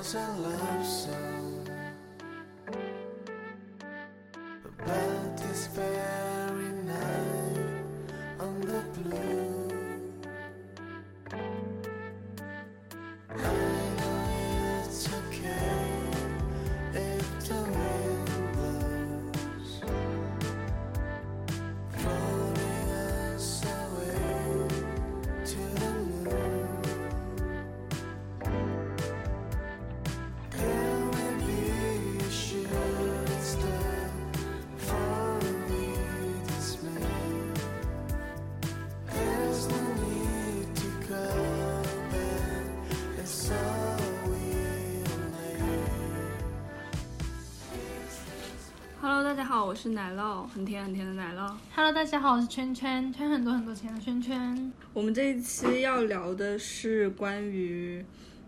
It's a love song about this very night on the blue. I know it's okay if the wind blows, floating us away to the moon. Can we be assured it's there for me dismay? There's no need to go back, it's all we'll make. Hello， 大家好，我是奶酪，很甜很甜的奶酪。 Hello， 大家好，我是圈圈，圈很多很多钱的圈圈。 我们这一期要聊的是关于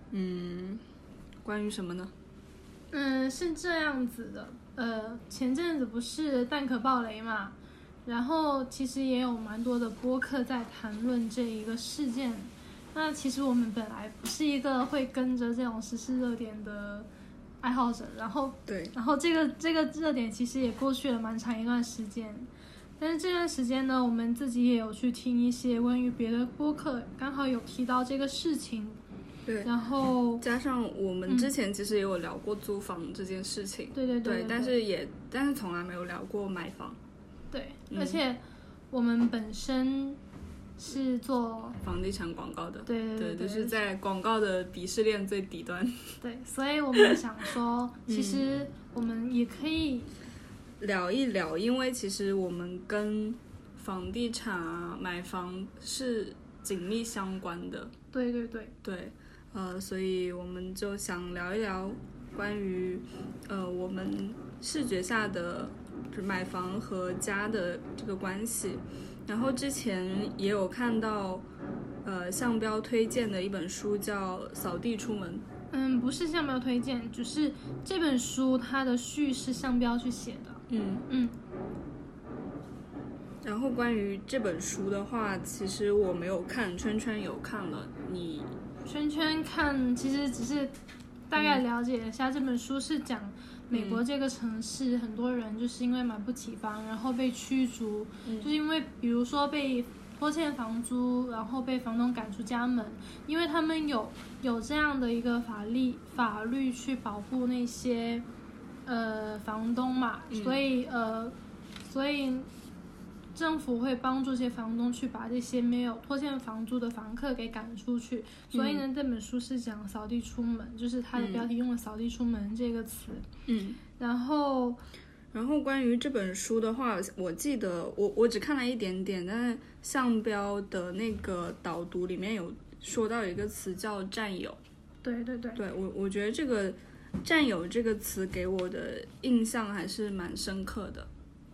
什么呢？ 是这样子的，前阵子不是蛋壳爆雷嘛，然后其实也有蛮多的播客在谈论这一个事件。那其实我们本来不是一个会跟着这种时事热点的爱好者，然后这个热点其实也过去了蛮长一段时间。但是这段时间呢，我们自己也有去听一些关于别的播客，刚好有提到这个事情。 对， 然后加上我们之前其实也有聊过租房这件事情， 对， 但是从来没有聊过买房。 对，而且我们本身是做房地产广告的， 对， 就是在广告的鄙视链最底端。 对，所以我们想说，其实我们也可以聊一聊，因为其实我们跟房地产啊、买房是紧密相关的。 对， 所以我们就想聊一聊关于我们视觉下的就是买房和家的这个关系。然后之前也有看到向标推荐的一本书叫《扫地出门》。 不是向标推荐，就是这本书它的序是向标去写的。 然后关于这本书的话，其实我没有看，圈圈有看了。你圈圈看其实只是大概了解一下，这本书是讲美国这个城市很多人就是因为买不起房，然后被驱逐，就是因为比如说被拖欠房租，然后被房东赶出家门，因为他们有这样的一个法律去保护那些房东嘛，所以政府会帮助这些房东去把这些没有拖欠房租的房客给赶出去。所以呢，这本书是讲扫地出门，就是它的标题用了扫地出门这个词。然后关于这本书的话，我记得我只看了一点点，但是向标的那个导读里面有说到一个词叫占有。 对， 我觉得这个占有这个词给我的印象还是蛮深刻的。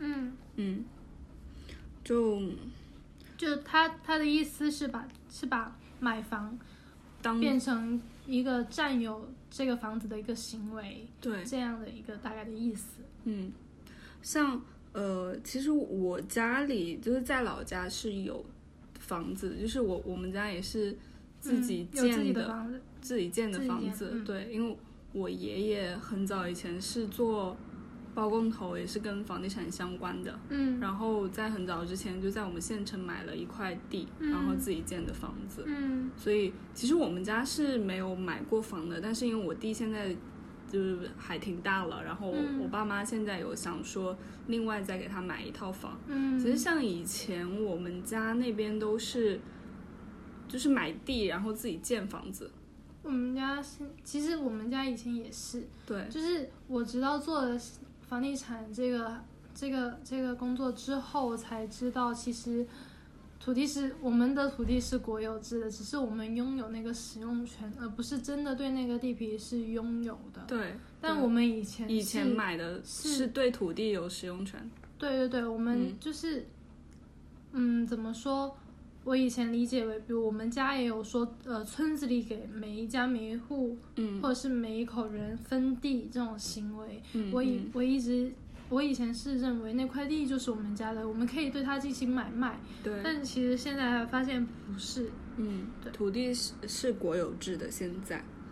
就他的意思是把买房变成一个占有这个房子的一个行为， 对， 这样的一个大概的意思。 像其实我家里就是在老家是有房子，就是我们家也是自己建有自己的房子， 自己建的房子。对，因为我爷爷很早以前是做包工头，也是跟房地产相关的。然后在很早之前就在我们县城买了一块地，然后自己建的房子。所以其实我们家是没有买过房的，但是因为我弟现在就是还挺大了，然后我爸妈现在有想说另外再给他买一套房。其实像以前我们家那边都是就是买地然后自己建房子。 其实我们家以前也是， 对， 就是我直到做了房地产这个工作之后才知道，其实我们的土地是国有制的，只是我们拥有那个使用权，而不是真的对那个地皮是拥有的。 对， 但我们以前买的是对土地有使用权。对， 我们就是怎么说？我以前理解为，比如我们家也有说，村子里给每一家每一户，或者是每一口人分地这种行为，我以前是认为那块地就是我们家的，我们可以对它进行买卖。 对。 但其实现在发现不是。 对，土地是国有制的，现在。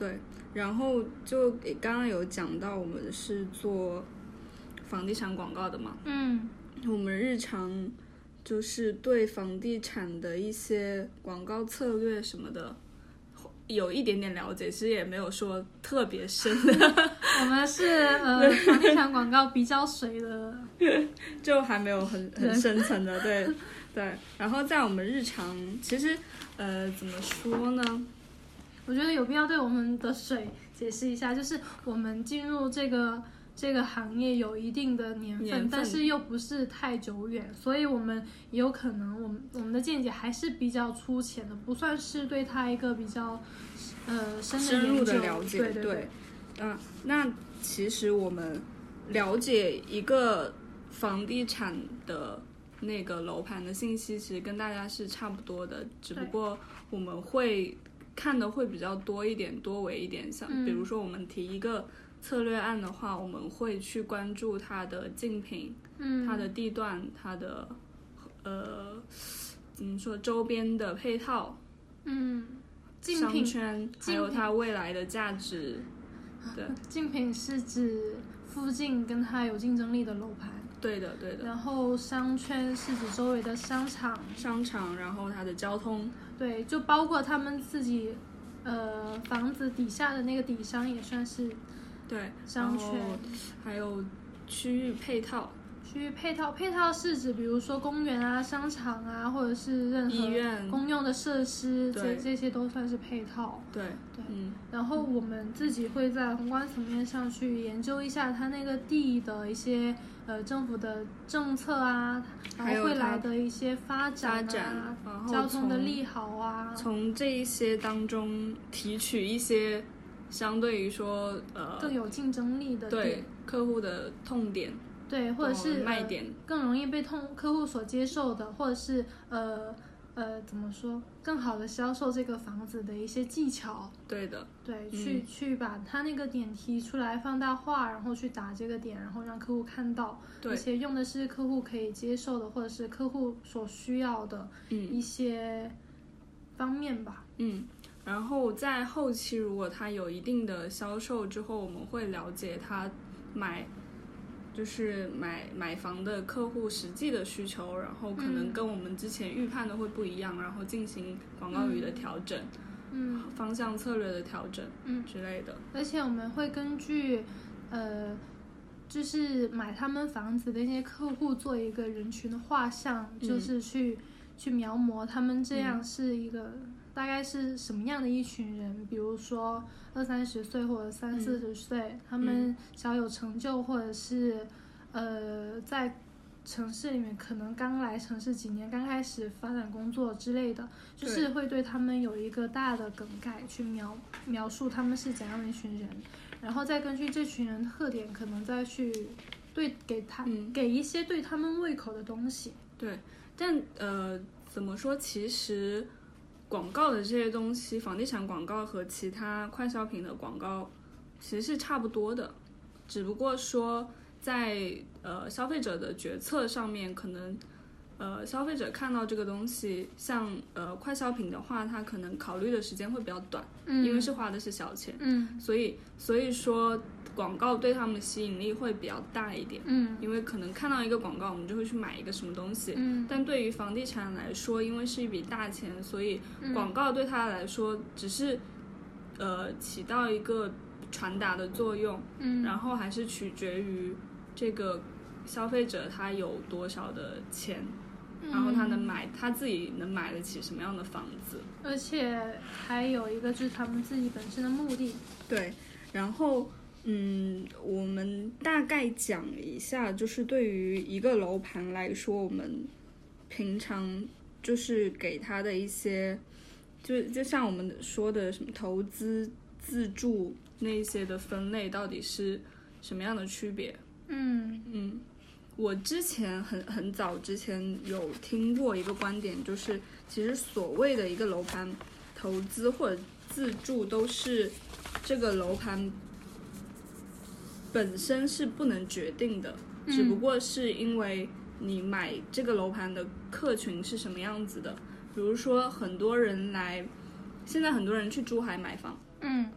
对，然后就刚刚有讲到我们是做房地产广告的嘛，我们日常就是对房地产的一些广告策略什么的有一点点了解，其实也没有说特别深的我们是房地产广告比较水的就还没有很深层的，对对。然后在我们日常其实怎么说呢， 我觉得有必要对我们的水解释一下，就是我们进入这个行业有一定的年份，但是又不是太久远，所以我们有可能我们的见解还是比较粗浅的，不算是对它一个比较深入的了解。 对， 那其实我们了解一个房地产的那个楼盘的信息，其实跟大家是差不多的，只不过我们会看的会比较多一点，多维一点。像比如说我们提一个策略案的话，我们会去关注它的竞品，它的地段，它的怎么说周边的配套，商圈，还有它未来的价值。对， 竞品是指附近跟它有竞争力的楼盘。 对的。 然后商圈是指周围的商场， 然后它的交通。 对，就包括他们自己房子底下的那个底商也算是对商圈。 还有区域配套配套是指比如说公园啊、商场啊，或者是任何医院公用的设施，这些都算是配套。 对， 然后我们自己会在宏观层面上去研究一下它那个地的一些政府的政策啊，然后未来的一些发展啊，交通的利好啊， 从这一些当中提取一些相对于说更有竞争力的点， 对客户的痛点。 对，或者是卖点更容易被客户所接受的，或者是怎么说，更好的销售这个房子的一些技巧。 对的， 对，去把它那个点提出来放大化，然后去打这个点，然后让客户看到，而且用的是客户可以接受的，或者是客户所需要的一些方面吧。 然后在后期，如果他有一定的销售之后，我们会了解他买房的客户实际的需求，然后可能跟我们之前预判的会不一样，然后进行广告语的调整，方向策略的调整，之类的。 而且我们会根据就是买他们房子的那些客户做一个人群的画像，就是去描摹他们这样是一个大概是什么样的一群人，比如说20-30岁或者30-40岁，他们小有成就，或者是在城市里面可能刚来城市几年，刚开始发展工作之类的，就是会对他们有一个大的梗概去描述他们是怎样的一群人，然后再根据这群人特点，可能再去给一些对他们胃口的东西。 对，但怎么说，其实广告的这些东西，房地产广告和其他快消品的广告其实是差不多的，只不过说在消费者的决策上面，可能消费者看到这个东西，像快消品的话，他可能考虑的时间会比较短，因为是花的是小钱，所以说广告对他们的吸引力会比较大一点，因为可能看到一个广告，我们就会去买一个什么东西，但对于房地产来说，因为是一笔大钱，所以广告对他来说只是起到一个传达的作用，然后还是取决于这个消费者他有多少的钱，然后他自己能买得起什么样的房子， 而且还有一个就是他们自己本身的目的。 对，然后我们大概讲一下，就是对于一个楼盘来说，我们平常就是给他的一些，就像我们说的什么投资、自住那些的分类，到底是什么样的区别？我之前很早之前有听过一个观点，就是其实所谓的一个楼盘投资或者自住，都是这个楼盘本身是不能决定的，只不过是因为你买这个楼盘的客群是什么样子的。比如说现在很多人去珠海买房，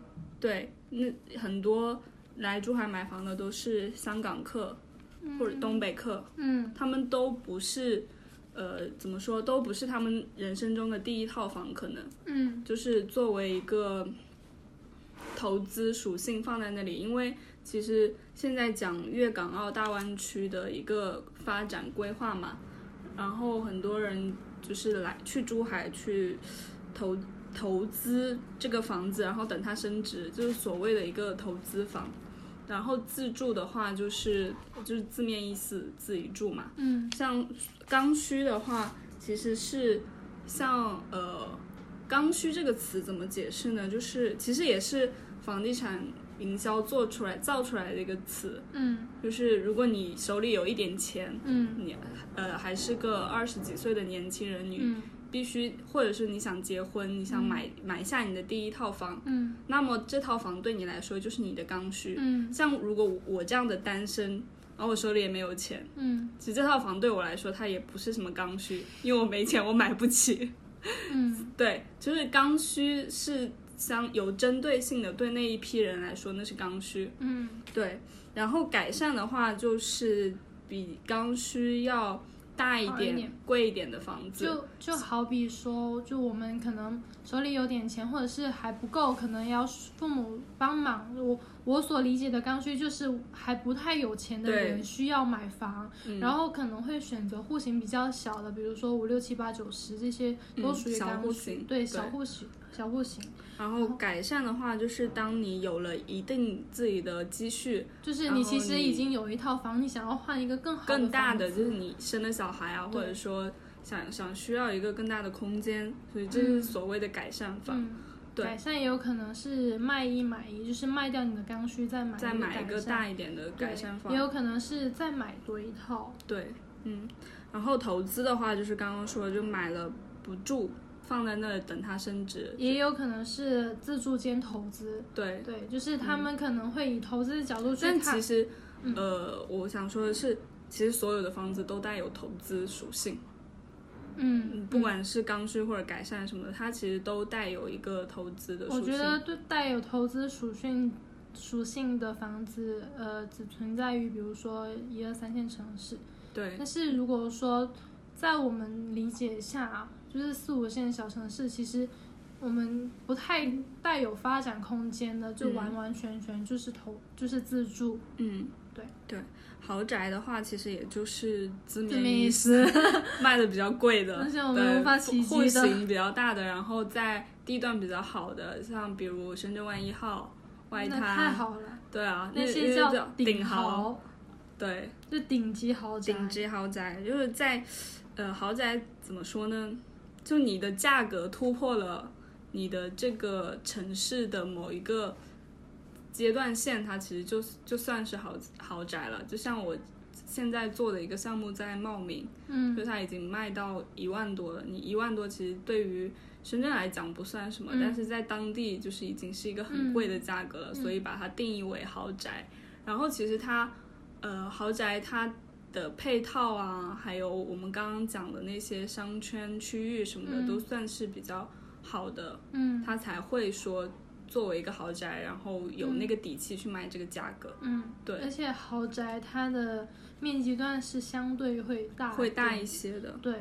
对，那很多来珠海买房的都是香港客或者东北客，他们都不是怎么说，都不是他们人生中的第一套房，可能就是作为一个投资属性放在那里。因为其实现在讲粤港澳大湾区的一个发展规划嘛，然后很多人就是去珠海去投资这个房子，然后等它升值，就是所谓的一个投资房。然后自住的话就是字面意思自己住嘛，像刚需的话其实是像刚需这个词怎么解释呢，就是其实也是房地产营销造出来的一个词，就是如果你手里有一点钱，你还是个20几岁的年轻人，你必须，或者是你想结婚，你想买下你的第一套房，那么这套房对你来说就是你的刚需。像如果我这样的单身，然后我手里也没有钱，其实这套房对我来说它也不是什么刚需，因为我没钱，我买不起。对，就是刚需是有针对性的，对那一批人来说那是刚需。对。然后改善的话就是比刚需要大一点贵一点的房子， 就好比说，就我们可能手里有点钱，或者是还不够，可能要父母帮忙。我所理解的刚需就是还不太有钱的人需要买房，然后可能会选择户型比较小的，比如说5、6、7、8、9、10这些都属于刚需，对，小户型。然后改善的话就是当你有了一定自己的积蓄， 就是你其实已经有一套房，你想要换一个更好的更大的，就是你生了小孩啊，或者说想需要一个更大的空间，所以这是所谓的改善法。对， 改善也有可能是卖一买一，就是卖掉你的刚需再买一个大一点的改善法， 也有可能是再买多一套。 对，然后投资的话就是刚刚说的，就买了不住，放在那里等它升值。 也有可能是自住兼投资。 对， 就是他们可能会以投资的角度去看。 但其实我想说的是，其实所有的房子都带有投资属性。不管是刚需或者改善什么的，它其实都带有一个投资的属性。 我觉得带有投资属性的房子，只存在于比如说1、2、3线城市。 对。 但是如果说在我们理解下，就是4、5线小城市，其实我们不太带有发展空间的，就完完全全就是自住。 对。豪宅的话其实也就是字面意思卖的比较贵的， 而且我们无法企及的， 户型比较大的，然后在地段比较好的，像比如深圳湾1号、外滩， 那太好了。 对啊， 那些叫顶豪。 对， 就顶级豪宅就是在豪宅怎么说呢，就你的价格突破了你的这个城市的某一个阶段线，它其实就算是豪宅了。就像我现在做的一个项目在茂名，就它已经卖到1万多了。你1万多其实对于深圳来讲不算什么，但是在当地就是已经是一个很贵的价格了，所以把它定义为豪宅。然后其实它豪宅它的配套啊，还有我们刚刚讲的那些商圈区域什么的，都算是比较好的，它才会说作为一个豪宅，然后有那个底气去卖这个价格。对。 而且豪宅它的面积段是相对会大一些的。 对。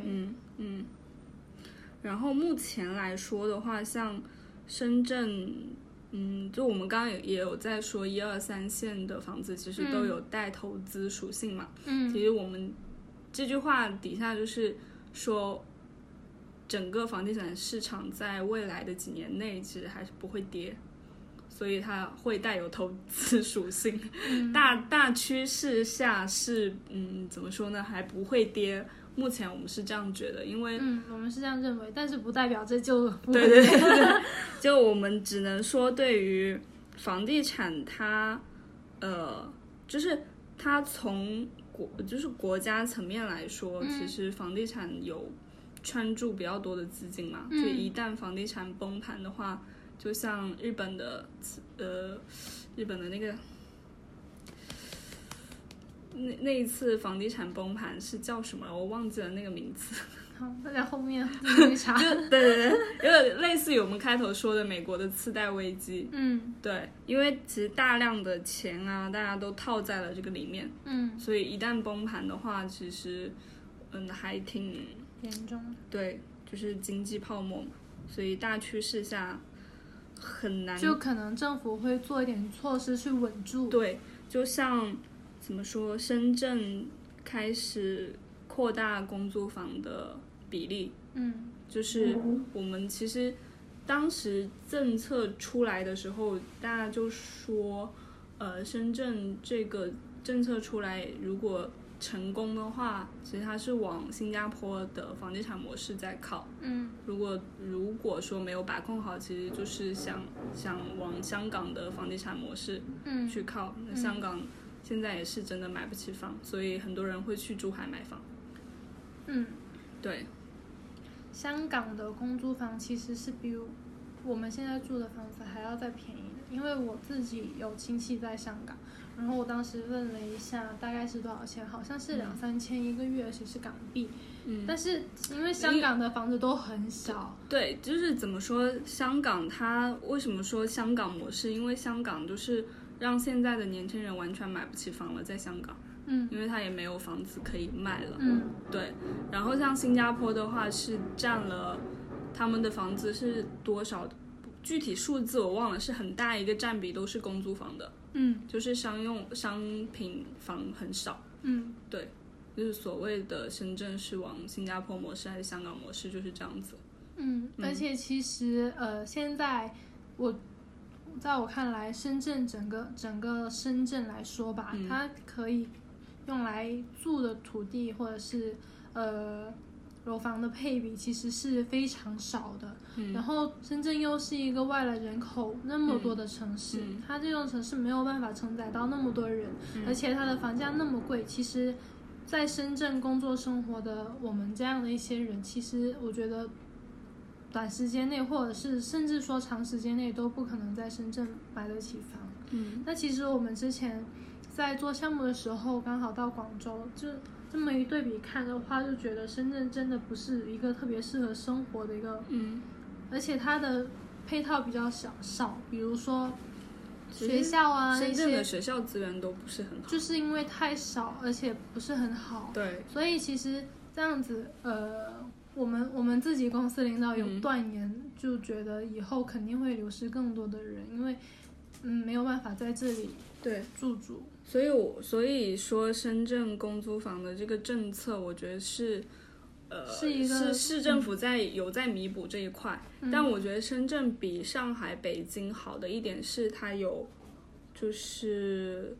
然后目前来说的话，像深圳，就我们刚刚也有在说1、2、3线的房子其实都有带投资属性嘛。其实我们这句话底下就是说，整个房地产市场在未来的几年内其实还是不会跌，所以它会带有投资属性。大趋势下是怎么说呢，还不会跌。目前我们是这样觉得，因为我们是这样认为，但是不代表这就不会对，就我们只能说对于房地产它就是它从国家层面来说，其实房地产有圈住比较多的资金嘛，就一旦房地产崩盘的话，就像日本的那个那一次房地产崩盘是叫什么？我忘记了那个名字。 好，大家后面自己去查。 对，有点类似于我们开头说的美国的次贷危机。对，因为其实大量的钱啊，大家都套在了这个里面。所以一旦崩盘的话，其实还挺严重。 对，就是经济泡沫，所以大趋势下很难。 就可能政府会做一点措施去稳住。 对，就像怎么说，深圳开始扩大公租房的比例。就是我们其实当时政策出来的时候，大家就说深圳这个政策出来如果成功的话，其实它是往新加坡的房地产模式在靠。如果说没有把控好，其实就是想往香港的房地产模式去靠。那香港现在也是真的买不起房，所以很多人会去珠海买房。对， 香港的公租房其实是比我们现在住的房子还要再便宜的，因为我自己有亲戚在香港，然后我当时问了一下大概是多少钱，好像是2-3千一个月，而且是港币。但是因为香港的房子都很小。 对，就是怎么说，香港它为什么说香港模式？因为香港就是让现在的年轻人完全买不起房了，在香港。因为它也没有房子可以卖了。对。然后像新加坡的话是占了他们的房子是多少，具体数字我忘了，是很大一个占比都是公租房的。就是商品房很少。对，就是所谓的深圳是往新加坡模式还是香港模式，就是这样子。 而且其实现在在我看来，深圳整个深圳来说吧，它可以用来住的土地或者是楼房的配比其实是非常少的。然后深圳又是一个外来人口那么多的城市，它这种城市没有办法承载到那么多人，而且它的房价那么贵。其实在深圳工作生活的我们这样的一些人，其实我觉得短时间内或者是甚至说长时间内都不可能在深圳买得起房。那其实我们之前在做项目的时候刚好到广州，就这么一对比看的话，就觉得深圳真的不是一个特别适合生活的一个。而且它的配套比较少，比如说学校啊， 深圳的学校资源都不是很好， 就是因为太少而且不是很好。 对， 所以其实这样子我们自己公司领导有断言，就觉得以后肯定会流失更多的人，因为没有办法在这里驻足。 所以说深圳公租房的这个政策，我觉得是一个市政府有在弥补这一块。但我觉得深圳比上海、北京好的一点是它有，就是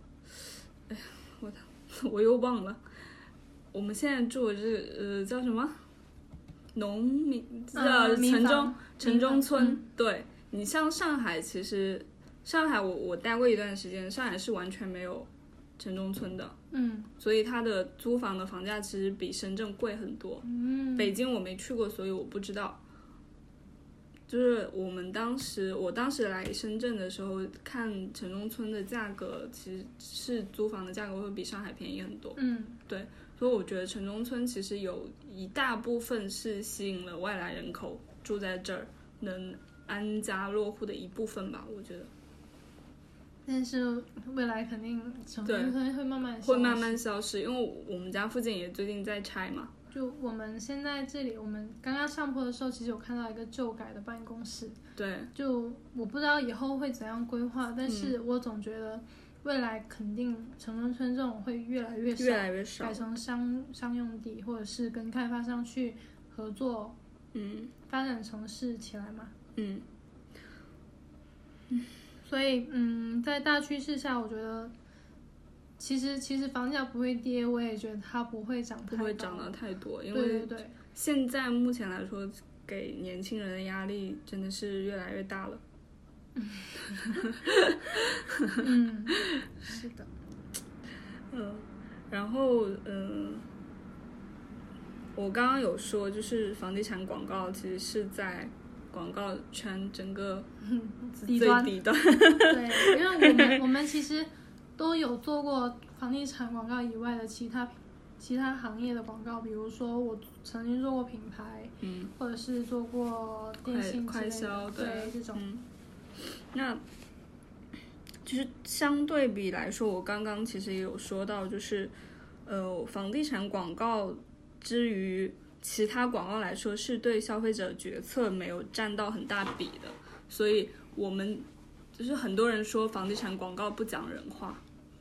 我又忘了，我们现在住的这叫什么？农民城中村。对，你像上海，其实上海我待过一段时间，上海是完全没有城中村的。所以它的租房的房价其实比深圳贵很多。北京我没去过，所以我不知道。就是我当时来深圳的时候，看城中村的价格，其实是租房的价格会比上海便宜很多。对，所以我觉得城中村其实有一大部分是吸引了外来人口住在这儿，能安家落户的一部分吧，我觉得。 但是未来肯定城中村会慢慢消失，因为我们家附近也最近在拆嘛。 就我们现在这里，我们刚刚上坡的时候，其实有看到一个旧改的办公室。 对。 就我不知道以后会怎样规划，但是我总觉得未来肯定城中村这种会越来越少，改成商用地，或者是跟开发商去合作，发展城市起来嘛。所以在大趋势下，我觉得其实房价不会跌，我也觉得它不会涨太高， 不会涨得太多，因为现在目前来说，给年轻人的压力真的是越来越大了。 是的。 然后我刚刚有说，就是房地产广告其实是在广告圈整个最底端。 对，因为我们其实都有做过房地产广告以外的其他行业的广告，比如说我曾经做过品牌，或者是做过电信之类的快销， 对这种。 那就是相对比来说，我刚刚其实也有说到，就是房地产广告之于其他广告来说，是对消费者决策没有占到很大比的，所以我们就是很多人说房地产广告不讲人话。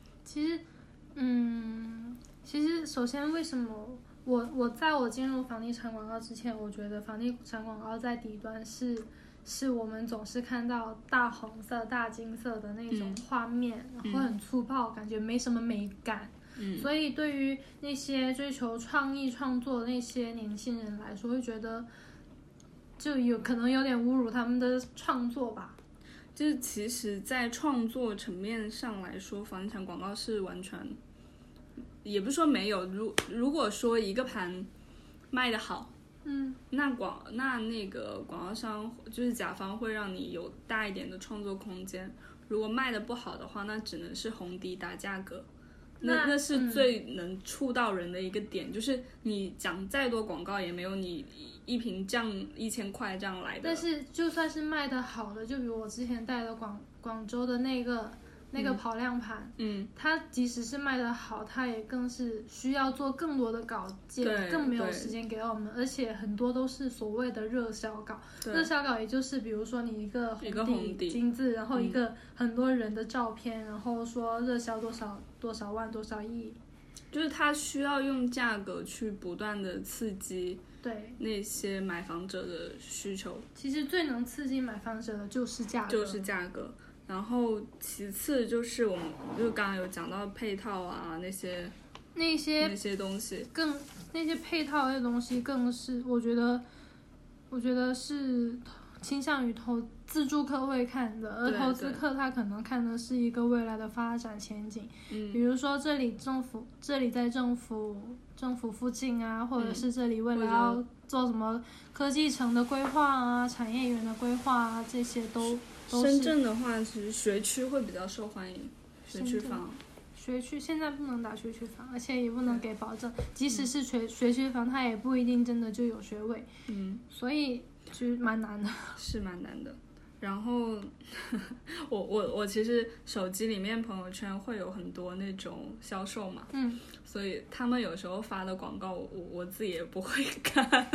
其实首先为什么我在我进入房地产广告之前，我觉得房地产广告在底端是我们总是看到大红色、大金色的那种画面，然后很粗暴，感觉没什么美感。所以对于那些追求创意创作的那些年轻人来说，会觉得就可能有点侮辱他们的创作吧。 就是其实在创作层面上来说，房地产广告是完全，也不是说没有，如果说一个盘卖得好，那个广告商就是甲方会让你有大一点的创作空间。如果卖得不好的话，那只能是红底打价格。那是最能触到人的一个点，就是你讲再多广告也没有你一瓶降1000块这样来的。 但是就算是卖得好的，就比如我之前带的广州的那个跑量盘，它即使是卖得好，它也更是需要做更多的稿件，更没有时间给我们，而且很多都是所谓的热销稿。热销稿也就是比如说你一个红底金字，然后一个很多人的照片，然后说热销多少万多少亿， 就是它需要用价格去不断的刺激对那些买房者的需求。 其实最能刺激买房者的就是价格。 然后其次就是我们就刚刚有讲到配套啊那些东西， 那些配套的东西更是我觉得是倾向于自住客会看的，而投资客他可能看的是一个未来的发展前景。比如说这里在政府附近啊，或者是这里未来要做什么科技城的规划啊、产业园的规划啊，这些都是。 深圳的话，其实学区会比较受欢迎，学区房。 学区现在不能打学区房，而且也不能给保证，即使是学区房，它也不一定真的就有学位。所以就蛮难的。 是蛮难的。然后我其实手机里面朋友圈会有很多那种销售嘛，所以他们有时候发的广告我自己也不会看。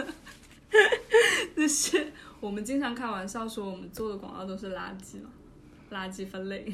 就是我们经常开玩笑说我们做的广告都是垃圾嘛，垃圾分类。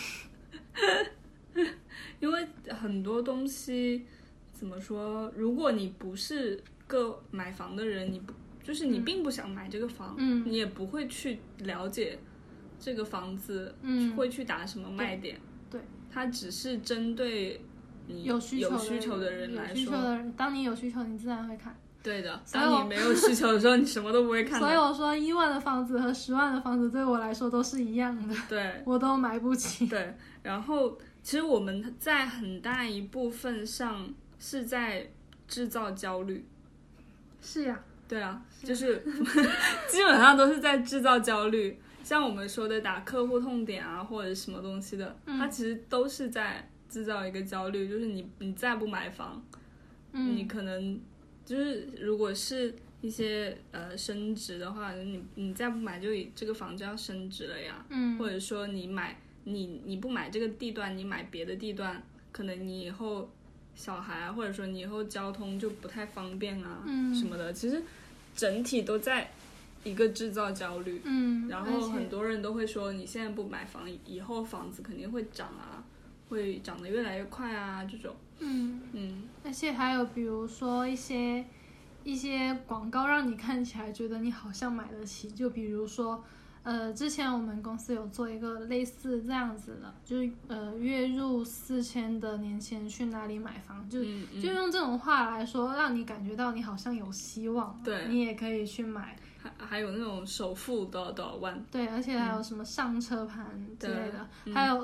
因为很多东西怎么说，如果你不是个买房的人，你并不想买这个房，你也不会去了解这个房子，会去打什么卖点。 对， 它只是针对你有需求的人来说， 当你有需求，你自然会看。 对的，当你没有需求的时候，你什么都不会看的。 所以我说1万的房子和10万的房子对我来说都是一样的， 对， 我都买不起。 对，然后其实我们在很大一部分上是在制造焦虑。 是呀。 对啊，就是基本上都是在制造焦虑。像我们说的打客户痛点啊，或者什么东西的，它其实都是在制造一个焦虑，就是你再不买房，你可能就是如果是一些升值的话，你再不买，就这个房就要升值了呀。或者说你不买这个地段，你买别的地段，可能你以后小孩啊，或者说你以后交通就不太方便啊，什么的。其实整体都在一个制造焦虑。然后很多人都会说，你现在不买房，以后房子肯定会涨啊，会涨得越来越快啊，这种。 而且还有比如说一些广告让你看起来觉得你好像买得起，就比如说之前我们公司有做一个类似这样子的，就是月入4000的年轻人去哪里买房，就用这种话来说，让你感觉到你好像有希望， 对， 你也可以去买。 还有那种首付多少万， 对，而且还有什么上车盘之类的。还有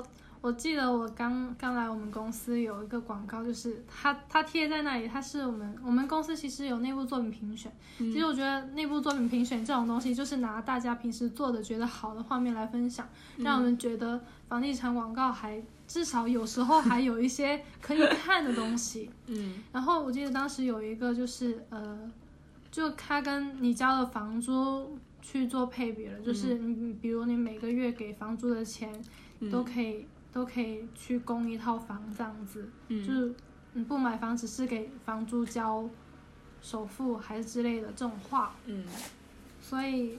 我记得我刚来我们公司有一个广告，就是它贴在那里，它是我们公司其实有内部作品评选。其实我觉得内部作品评选这种东西，就是拿大家平时做的觉得好的画面来分享，让我们觉得房地产广告还至少有时候还有一些可以看的东西。然后我记得当时有一个就是就它跟你交的房租去做配比了，就是你比如你每个月给房租的钱都可以去供一套房这样子，就是你不买房只是给房租交首付还是之类的这种话，所以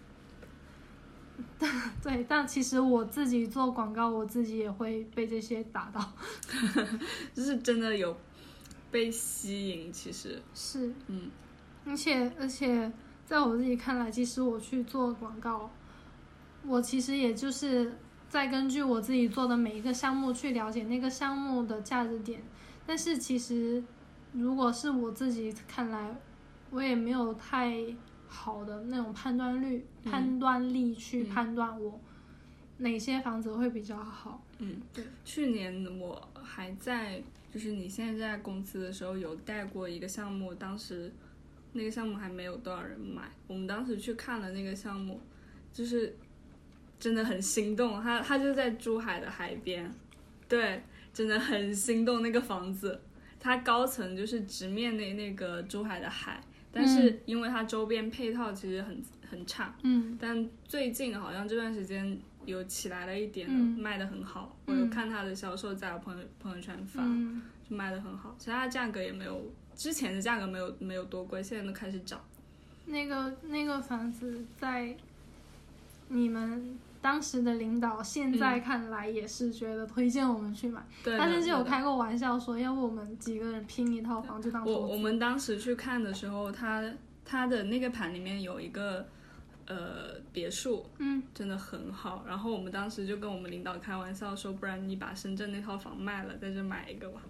对，但其实我自己做广告，我自己也会被这些打到， 就是真的有被吸引，其实是，而且在我自己看来，其实我去做广告，我其实也就是在根据我自己做的每一个项目去了解那个项目的价值点，但是其实如果是我自己看来，我也没有太好的那种判断力去判断我哪些房子会比较好。 对。去年我还在就是你现在公司的时候有带过一个项目，当时那个项目还没有多少人买，我们当时去看了那个项目，就是真的很心动，它就在珠海的海边，对，真的很心动。那个房子它高层就是直面那个珠海的海，但是因为它周边配套其实很差，但最近好像这段时间有起来了一点，卖得很好，我有看它的销售在我朋友圈发，就卖得很好，其实它的价格也没有之前的价格没有多贵，现在都开始涨。 那个房子在你们当时的领导现在看来也是觉得推荐我们去买，他甚至有开过玩笑说，要不我们几个人拼一套房就当投资。 我们当时去看的时候，他的那个盘里面有一个别墅，真的很好。然后我们当时就跟我们领导开玩笑说，不然你把深圳那套房卖了，在这买一个吧。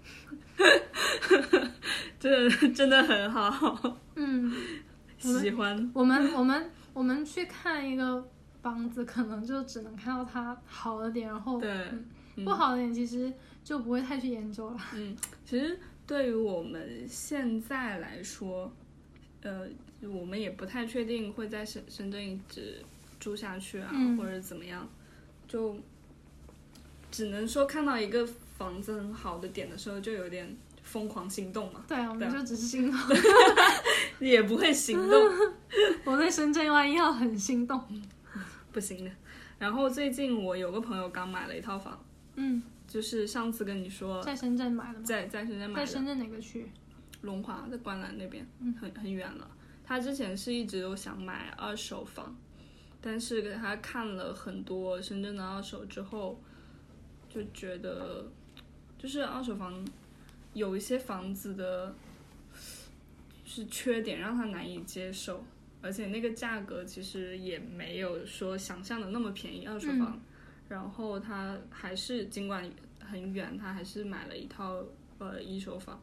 真的很好。喜欢。 我们去看一个房子，可能就只能看到它好的点，然后对， 不好的点其实就不会太去研究了。 其实对于我们现在来说，我们也不太确定会在深圳一直住下去啊，或者怎么样，就只能说看到一个房子很好的点的时候，就有点疯狂心动嘛。 对，我们就只是心动， 也不会行动。 我对深圳万一要很心动， 不行的。然后最近我有个朋友刚买了一套房，就是上次跟你说在深圳买的吗？ 在深圳买的。 在深圳哪个区？ 龙华，在观澜那边，很远了。他之前是一直都想买二手房，但是给他看了很多深圳的二手之后，就觉得就是二手房有一些房子的是缺点让他难以接受，而且那个价格其实也没有说想象的那么便宜，二手房。然后他还是尽管很远，他还是买了一套一手房。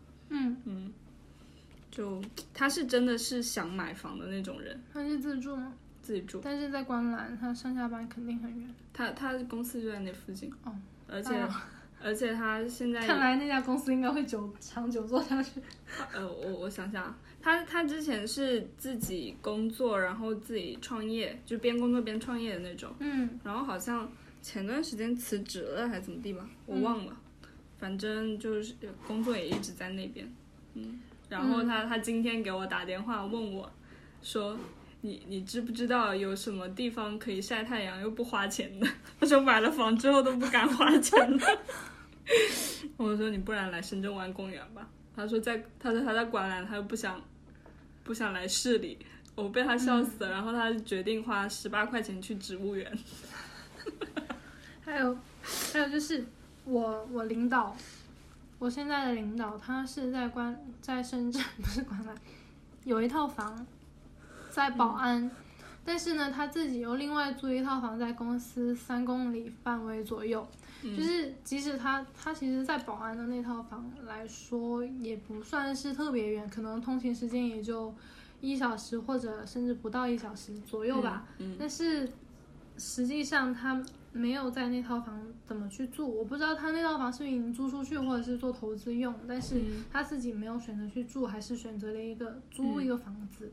就他是真的是想买房的那种人。 他是自住吗？ 自己住， 但是在观澜，他上下班肯定很远。 他公司就在那附近。而且他现在看来那家公司应该会长久做下去。 我想想，他之前是自己工作，然后自己创业，就边工作边创业的那种。然后好像前段时间辞职了还是怎么地吧，我忘了。反正就是工作也一直在那边。然后他今天给我打电话问我，说你知不知道有什么地方可以晒太阳又不花钱的？他说买了房之后都不敢花钱了。我说你不然来深圳湾公园吧。他说他在观澜，他又不想来市里，我被他笑死了。然后他决定花18块钱去植物园。 还有就是我领导。我现在的领导他是在深圳，不是观澜，有一套房在宝安，但是呢他自己又另外租一套房在公司3公里范围左右，就是即使他其实在宝安的那套房来说也不算是特别远，可能通勤时间也就1小时或者甚至不到1小时左右吧，但是实际上他没有在那套房怎么去住，我不知道他那套房是已经租出去或者是做投资用，但是他自己没有选择去住，还是选择了租一个房子。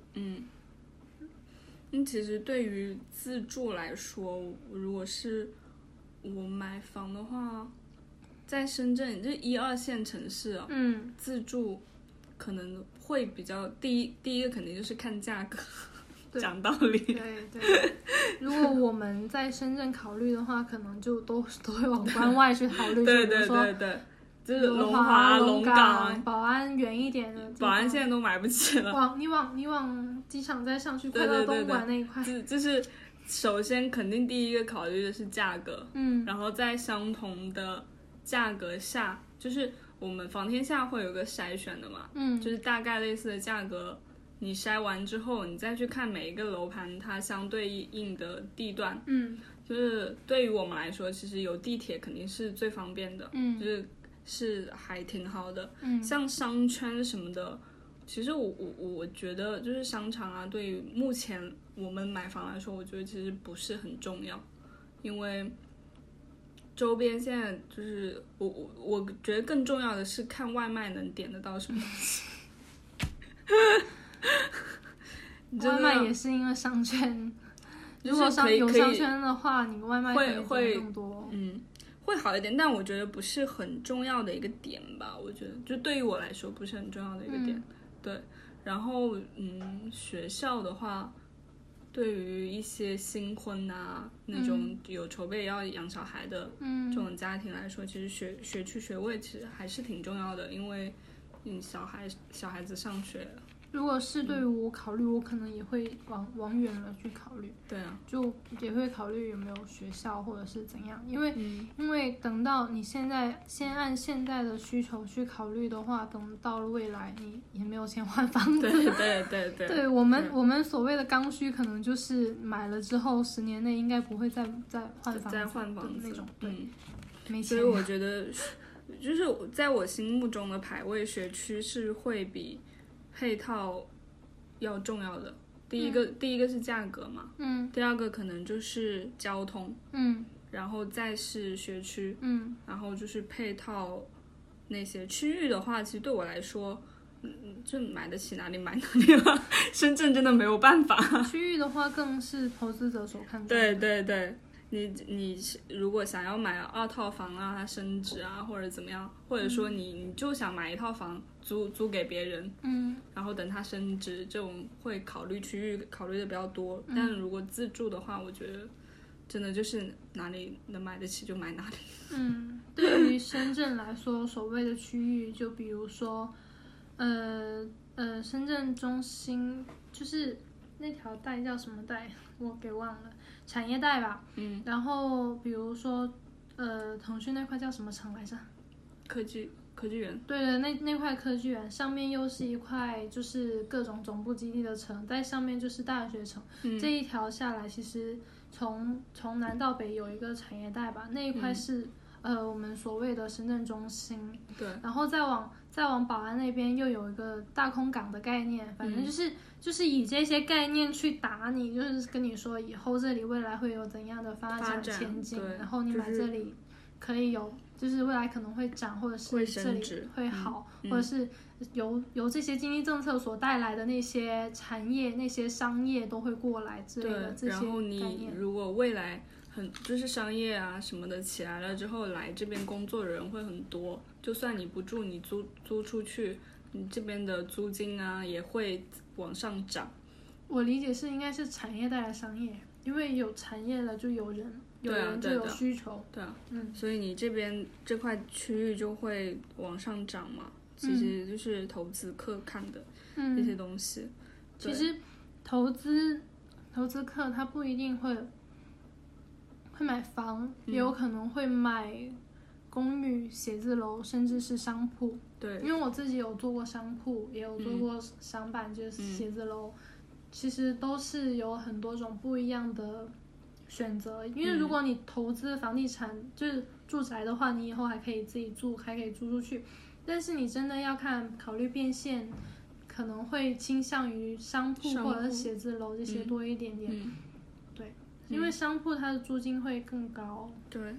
其实对于自住来说，如果是我买房的话，在深圳就1、2线城市啊，自住可能会比较第一个肯定就是看价格。讲道理， 对，如果我们在深圳考虑的话，可能就都会往关外去考虑， 对，就是龙华、龙岗、 宝安远一点的地方， 宝安现在都买不起了。 你往机场再上去，快到东莞那一块， 就是首先肯定第一个考虑的是价格，然后在相同的价格下，就是我们房天下会有个筛选的嘛，就是大概类似的价格。你筛完之后，你再去看每一个楼盘它相对应的地段，就是对于我们来说，其实有地铁肯定是最方便的，是还挺好的。像商圈什么的，其实我觉得就是商场啊，对于目前我们买房来说，我觉得其实不是很重要，因为周边现在就是我觉得更重要的是看外卖能点得到什么东西。 外卖也是因为商圈，如果有商圈的话，你外卖会更多， 会好一点，但我觉得不是很重要的一个点吧。我觉得就对于我来说不是很重要的一个点，对。然后学校的话，对于一些新婚啊那种有筹备要养小孩的这种家庭来说，其实学区学位其实还是挺重要的，因为小孩子上学。 如果是对于我考虑，我可能也会往远了去考虑。 对啊， 就也会考虑有没有学校或者是怎样，因为等到你先按现在的需求去考虑的话，等到了未来你也没有钱换房子。 对。 对我们所谓的刚需，可能就是买了之后10年内应该不会再换房子那种。对，没钱。 所以我觉得，就是在我心目中的排位，学区是会比配套要重要的。第一个是价格嘛，第二个可能就是交通，然后再是学区，然后就是配套那些区域的话，其实对我来说，就买得起哪里买哪里了。深圳真的没有办法。 区域的话更是投资者所看重的。对。你如果想要买2套房让它升值啊，或者怎么样，或者说你就想买1套房租给别人，然后等它升值，这种会考虑区域考虑的比较多。但如果自住的话，我觉得真的就是哪里能买得起就买哪里。 对于深圳来说，所谓的区域，就比如说，深圳中心就是那条带叫什么带，我给忘了。产业带吧，然后比如说，腾讯那块叫什么城来着？ 科技园。 对，那块科技园上面又是一块就是各种总部基地的城，在上面就是大学城。这一条下来，其实从南到北有一个产业带吧，那一块是我们所谓的深圳中心。 对， 然后再往宝安那边又有一个大空港的概念，反正就是以这些概念去打你，就是跟你说以后这里未来会有怎样的发展前景，然后你买这里可以有，就是未来可能会涨，或者是这里会好，或者是由这些经济政策所带来的那些产业、那些商业都会过来之类的这些概念。 然后你如果未来就是商业啊什么的起来了之后，来这边工作的人会很多，就算你不住，你租出去，你这边的租金啊也会往上涨。 我理解是应该是产业带来商业，因为有产业了就有人就有需求。 对啊，所以你这边这块区域就会往上涨嘛，其实就是投资客看的这些东西。 其实投资客他不一定会买房，也有可能会买公寓、写字楼，甚至是商铺。 对， 因为我自己有做过商铺，也有做过商办，就是写字楼，其实都是有很多种不一样的选择。因为如果你投资房地产，就是住宅的话，你以后还可以自己住，还可以租出去。但是你真的要考虑变现，可能会倾向于商铺或者写字楼这些多一点点。对， 因为商铺它的租金会更高。 对，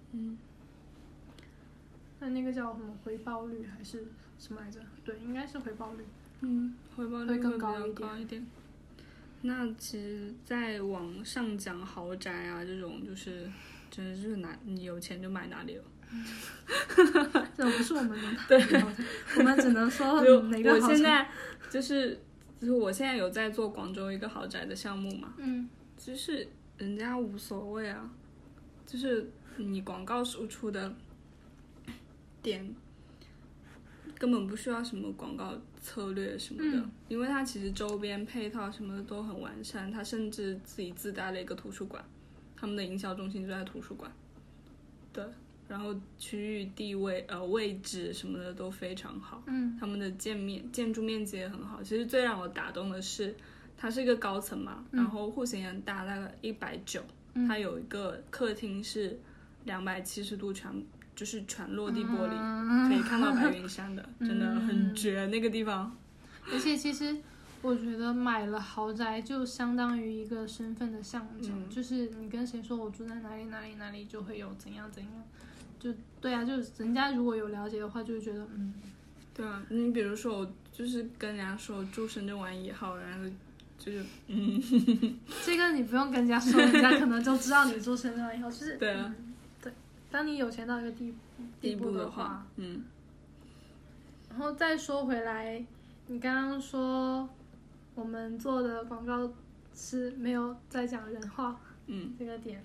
那个叫什么回报率还是什么来着？对，应该是回报率。 回报率会更比较高一点。那其实再往上讲豪宅啊这种，就是真的是你有钱就买哪里了。 这不是我们能对， 我们只能说哪个豪宅。 我现在就是我现在有在做广州一个豪宅的项目嘛，就是人家无所谓啊，就是你广告输出的点根本不需要什么广告策略什么的，因为它其实周边配套什么的都很完善，它甚至自己自带了一个图书馆，他们的营销中心就在图书馆，对，然后区域地位位置什么的都非常好，他们的建筑面积也很好。其实最让我打动的是，它是一个高层嘛，然后户型也很大，大概190，它有一个客厅是270度就是全落地玻璃，可以看到白云山的，真的很绝那个地方。 而且其实我觉得买了豪宅就相当于一个身份的象征，就是你跟谁说我住在哪里哪里哪里，就会有怎样怎样。就对啊，就是人家如果有了解的话，就会觉得对啊，你比如说我就是跟人家说我住深圳湾1号，然后就是这个你不用跟人家说，人家可能就知道你住深圳湾1号，就是对啊。 当你有钱到一个地步的话，然后再说回来，你刚刚说我们做的广告是没有在讲人话，这个点，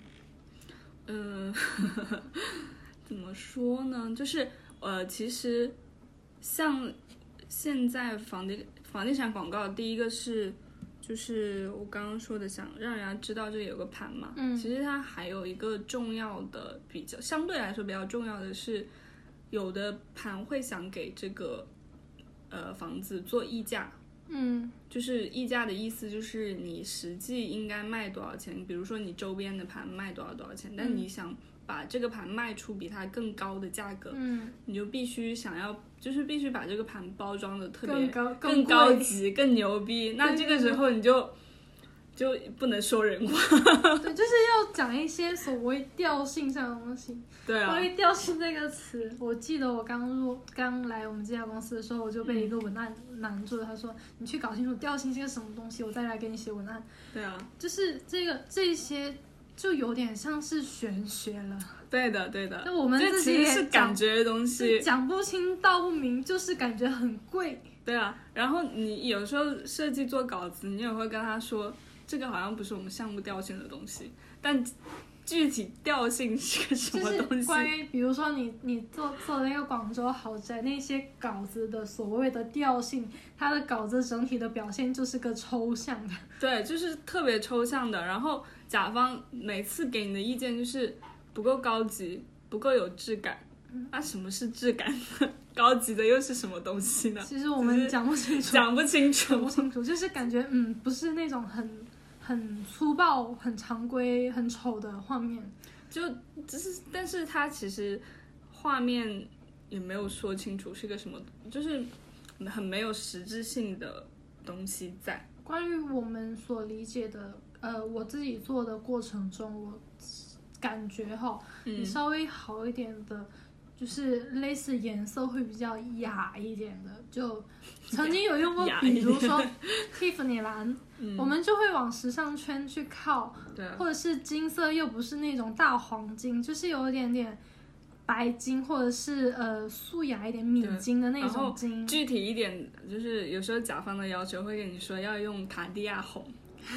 怎么说呢？就是其实像现在房地产广告，第一个是就是我刚刚说的，想让人家知道这里有个盘嘛。其实它还有一个重要的相对来说比较重要的是，有的盘会想给这个房子做溢价。就是溢价的意思就是你实际应该卖多少钱，比如说你周边的盘卖多少钱，但你想把这个盘卖出比它更高的价格，你就必须必须把这个盘包装的特别更高级更牛逼，那这个时候你就不能说人话。 对，就是要讲一些所谓调性上的东西。 对啊， 关于调性这个词，我记得我刚来我们这家公司的时候，我就被一个文案拦住了。他说：“你去搞清楚调性是个什么东西，我再来给你写文案。” 对啊， 就是这些就有点像是玄学了。 对的。 就我们自己这其实是感觉的东西， 讲不清道不明，就是感觉很贵。 对啊，然后你有时候设计做稿子，你也会跟他说，这个好像不是我们项目调性的东西，但具体调性是个什么东西？ 就是关于比如说你做那个广州豪宅那些稿子的所谓的调性，它的稿子整体的表现就是个抽象的。 对，就是特别抽象的。然后甲方每次给你的意见就是不够高级，不够有质感。那什么是质感？高级的又是什么东西呢？ 其实我们讲不清楚，就是感觉不是那种很粗暴、很常规、很丑的画面， 但是它其实画面也没有说清楚是个什么，就是很没有实质性的东西在。 关于我们所理解的，我自己做的过程中，我感觉你稍微好一点的。就是类似颜色会比较雅一点的，就曾经有用过，比如说 Tiffany 蓝，我们就会往时尚圈去靠， 对， 或者是金色又不是那种大黄金，就是有一点点白金或者是素雅一点米金的那种金。 然后具体一点，就是有时候甲方的要求会跟你说要用卡地亚红。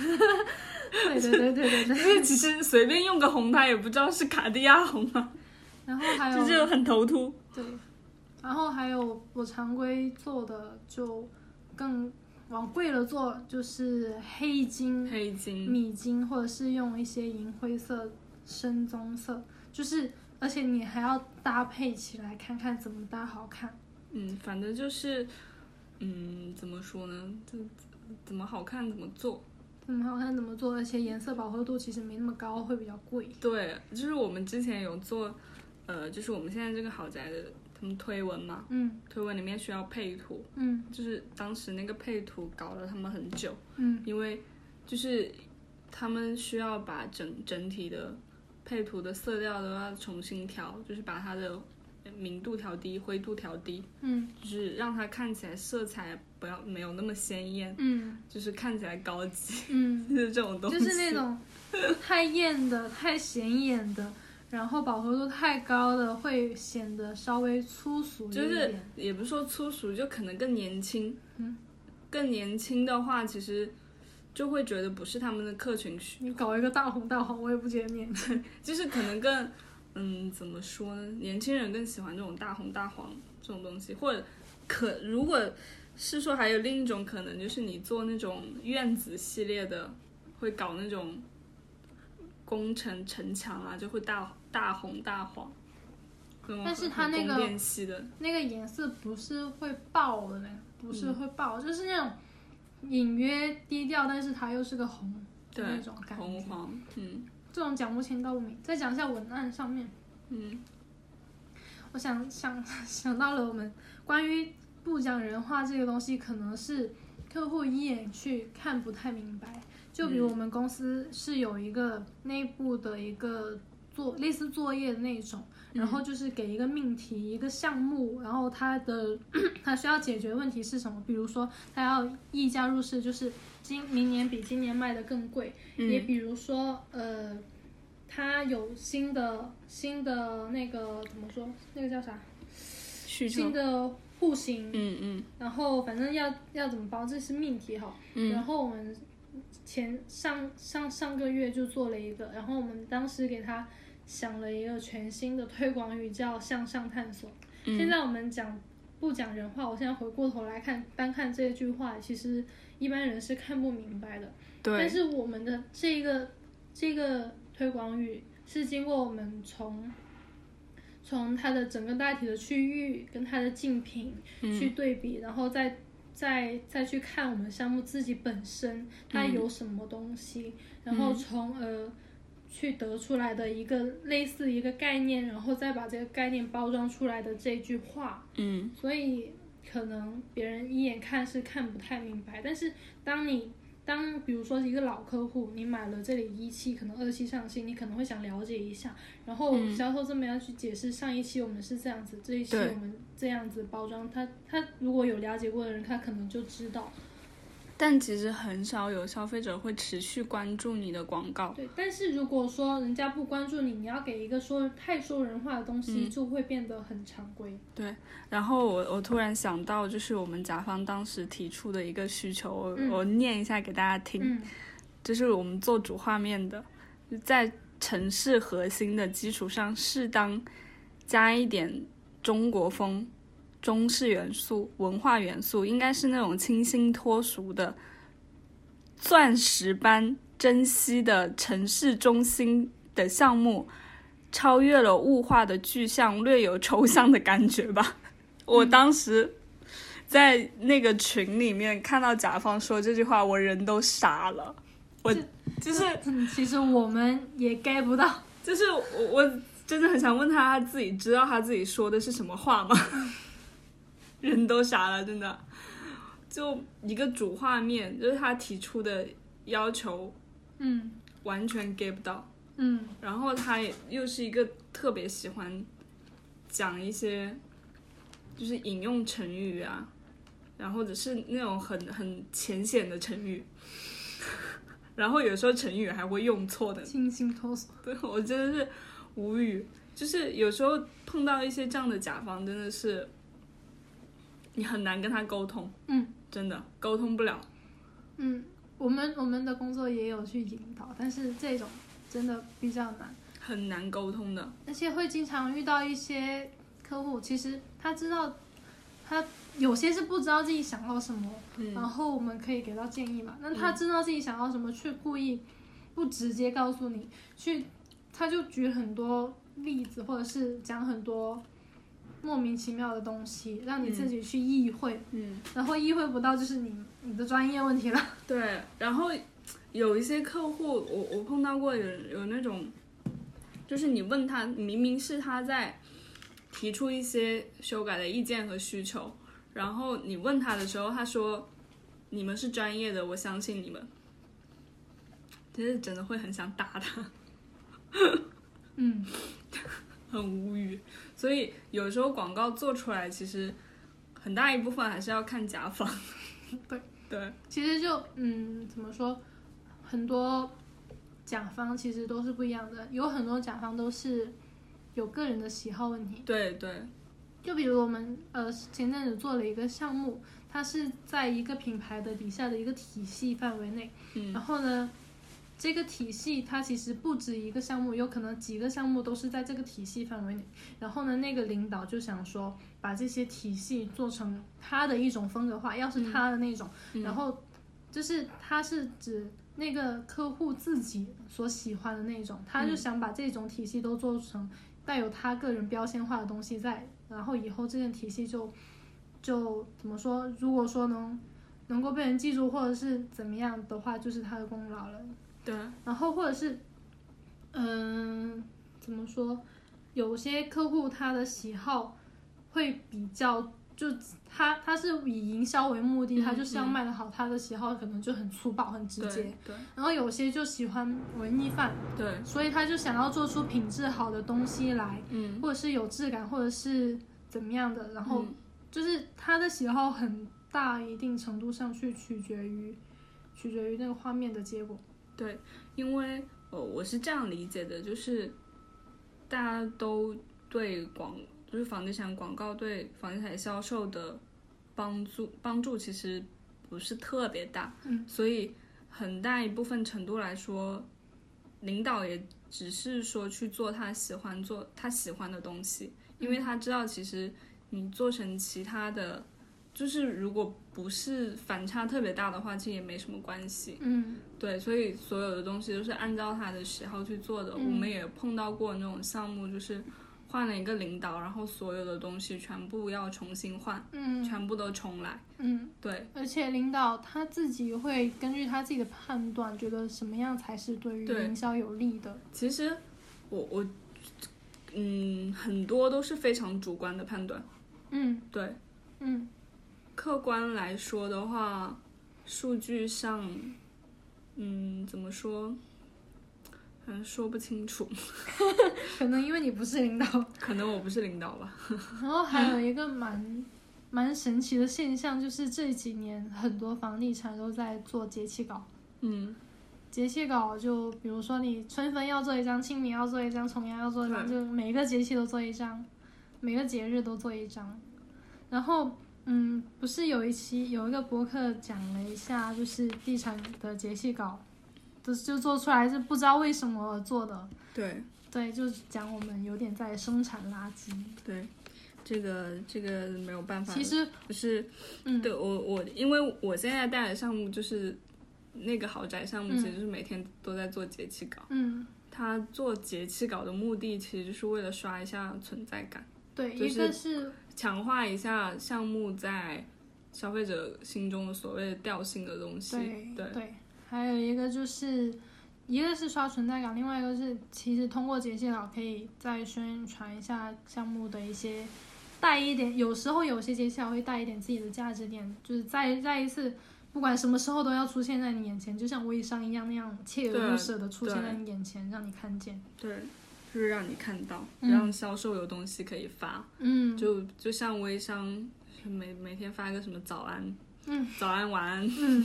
对， 其实随便用个红，他也不知道是卡地亚红啊。 然后还有就很头秃。 对，然后还有我常规做的就更往贵了做，就是黑金、米金，或者是用一些银灰色、深棕色，就是而且你还要搭配起来看看怎么搭好看。 反正就是怎么说呢？怎么好看怎么做。 而且颜色饱和度其实没那么高，会比较贵。 对，就是我们之前有做。就是我们现在这个豪宅的他们推文嘛，推文里面需要配图，就是当时那个配图搞了他们很久，因为就是他们需要把整体的配图的色调都要重新调，就是把它的明度调低，灰度调低，就是让它看起来色彩没有那么鲜艳，就是看起来高级，就是这种东西， 就是那种太艳的、太显眼的，然后饱和度太高的会显得稍微粗俗一点， 就是也不是说粗俗，就可能更年轻，更年轻的话，其实就会觉得不是他们的客群需。 你搞一个大红大黄，我也不觉得年轻， 就是可能更。怎么说呢？年轻人更喜欢这种大红大黄这种东西，或者如果是说还有另一种可能，就是你做那种院子系列的，会搞那种工程城墙啊，就会大红大黄。 但是它那个颜色不是会爆的那个，不是会爆，就是那种隐约低调，但是它又是个红的那种感觉。 红黄， 这种讲不清道不明。再讲一下文案上面，我想到了我们关于不讲人话这个东西，可能是客户一眼去看不太明白。就比如我们公司是有一个内部的一个类似作业的那种，然后就是给一个命题一个项目，然后它需要解决问题是什么，比如说它要溢价入市，就是明年比今年卖的更贵，也比如说它有新的那个怎么说，那个叫啥需求， 新的户型，然后反正要怎么包，这是命题哈，然后我们上个月就做了一个，然后我们当时给他想了一个全新的推广语，叫向上探索。现在我们不讲人话，我现在回过头来看，单看这句话，其实一般人是看不明白的。 对。 但是我们的这个推广语是经过我们从它的整个大体的区域跟它的竞品去对比，然后再去看我们项目自己本身它有什么东西，然后从而去得出来的一个类似一个概念，然后再把这个概念包装出来的这句话。所以可能别人一眼看是看不太明白，但是当比如说一个老客户，你买了这里1期可能2期上新，你可能会想了解一下，然后销售这么样去解释，上一期我们是这样子，这一期我们这样子包装，他如果有了解过的人，他可能就知道。 但其实很少有消费者会持续关注你的广告。 对，但是如果说人家不关注你，你要给一个太说人话的东西，就会变得很常规。 对，然后我突然想到，就是我们甲方当时提出的一个需求，我念一下给大家听。就是我们做主画面的，在城市核心的基础上，适当加一点中国风、中式元素、文化元素，应该是那种清新脱俗的钻石般珍惜的城市中心的项目，超越了物化的具象，略有抽象的感觉吧。我当时在那个群里面看到甲方说这句话，我人都傻了。我就是其实我们也 get 不到， 就是我真的很想问他自己知道他自己说的是什么话吗？人都傻了，真的。就一个主画面，就是他提出的要求，完全 get 不到，然后他又是一个特别喜欢讲一些就是引用成语啊，然后或者是那种很浅显的成语，然后有时候成语还会用错的， 清新脱俗。 对，我真的是无语。就是有时候碰到一些这样的甲方，真的是你很难跟他沟通，真的沟通不了。 我们的工作也有去引导，但是这种真的比较难， 很难沟通的。 而且会经常遇到一些客户，其实他知道，他有些是不知道自己想要什么，然后我们可以给到建议嘛。那他知道自己想要什么，却故意不直接告诉你，他就举很多例子，或者是讲很多莫名其妙的东西，让你自己去意会，然后意会不到就是你的专业问题了。 对，然后有一些客户，我碰到过有那种，就是你问他，明明是他在提出一些修改的意见和需求，然后你问他的时候，他说你们是专业的，我相信你们。 其实真的会很想打他。很无语。所以有时候广告做出来，其实很大一部分还是要看甲方。对， 其实就怎么说，很多甲方其实都是不一样的，有很多甲方都是有个人的喜好问题。 对， 就比如我们前阵子做了一个项目，它是在一个品牌的底下的一个体系范围内，然后呢，这个体系它其实不止一个项目，有可能几个项目都是在这个体系范围内。然后呢，那个领导就想说，把这些体系做成他的一种风格化，要是他的那种，然后就是他是指那个客户自己所喜欢的那种，他就想把这种体系都做成带有他个人标签化的东西在，然后以后这件体系就怎么说，如果说能够被人记住或者是怎么样的话，就是他的功劳了。 对， 然后或者是怎么说，有些客户他的喜好会比较，就他是以营销为目的，他就是要卖得好，他的喜好可能就很粗暴很直接。 对， 然后有些就喜欢文艺范， 对， 所以他就想要做出品质好的东西来，或者是有质感，或者是怎么样的，然后就是他的喜好很大一定程度上去取决于那个画面的结果。 对，因为我是这样理解的，就是大家都对就是房地产广告对房地产销售的帮助其实不是特别大，所以很大一部分程度来说，领导也只是说去做他喜欢的东西，因为他知道其实你做成其他的，就是如果不是反差特别大的话，其实也没什么关系。对，所以所有的东西都是按照他的喜好去做的。我们也碰到过那种项目，就是换了一个领导，然后所有的东西全部要重新换，全部都重来。对。 而且领导他自己会根据他自己的判断，觉得什么样才是对于营销有利的。 其实我很多都是非常主观的判断。对。客观来说的话，数据上，怎么说，好像说不清楚。 可能因为你不是领导。 可能我不是领导吧。 然后还有一个蛮神奇的现象，就是这几年很多房地产都在做节气稿。节气稿就比如说你春分要做一张，清明要做一张，重阳要做一张，就每个节气都做一张，每个节日都做一张。然后不是有一个博客讲了一下，就是地产的节气稿就做出来是不知道为什么而做的。对，就是讲我们有点在生产垃圾。 对，这个没有办法。 其实不是，对我因为我现在带的项目就是那个豪宅项目，其实就是每天都在做节气稿。他做节气稿的目的其实就是为了刷一下存在感。 对， 就是一个是强化一下项目在消费者心中的所谓的调性的东西。 对，还有一个就是一个是刷存在感，另外一个是其实通过节气稿可以再宣传一下项目的一些带一点，有时候有些节气稿会带一点自己的价值点，就是再一次不管什么时候都要出现在你眼前，就像微商一样那样锲而不舍的出现在你眼前，让你看见。 对，就是让你看到，让销售有东西可以发。就像微商每天发一个什么早安，早安晚安。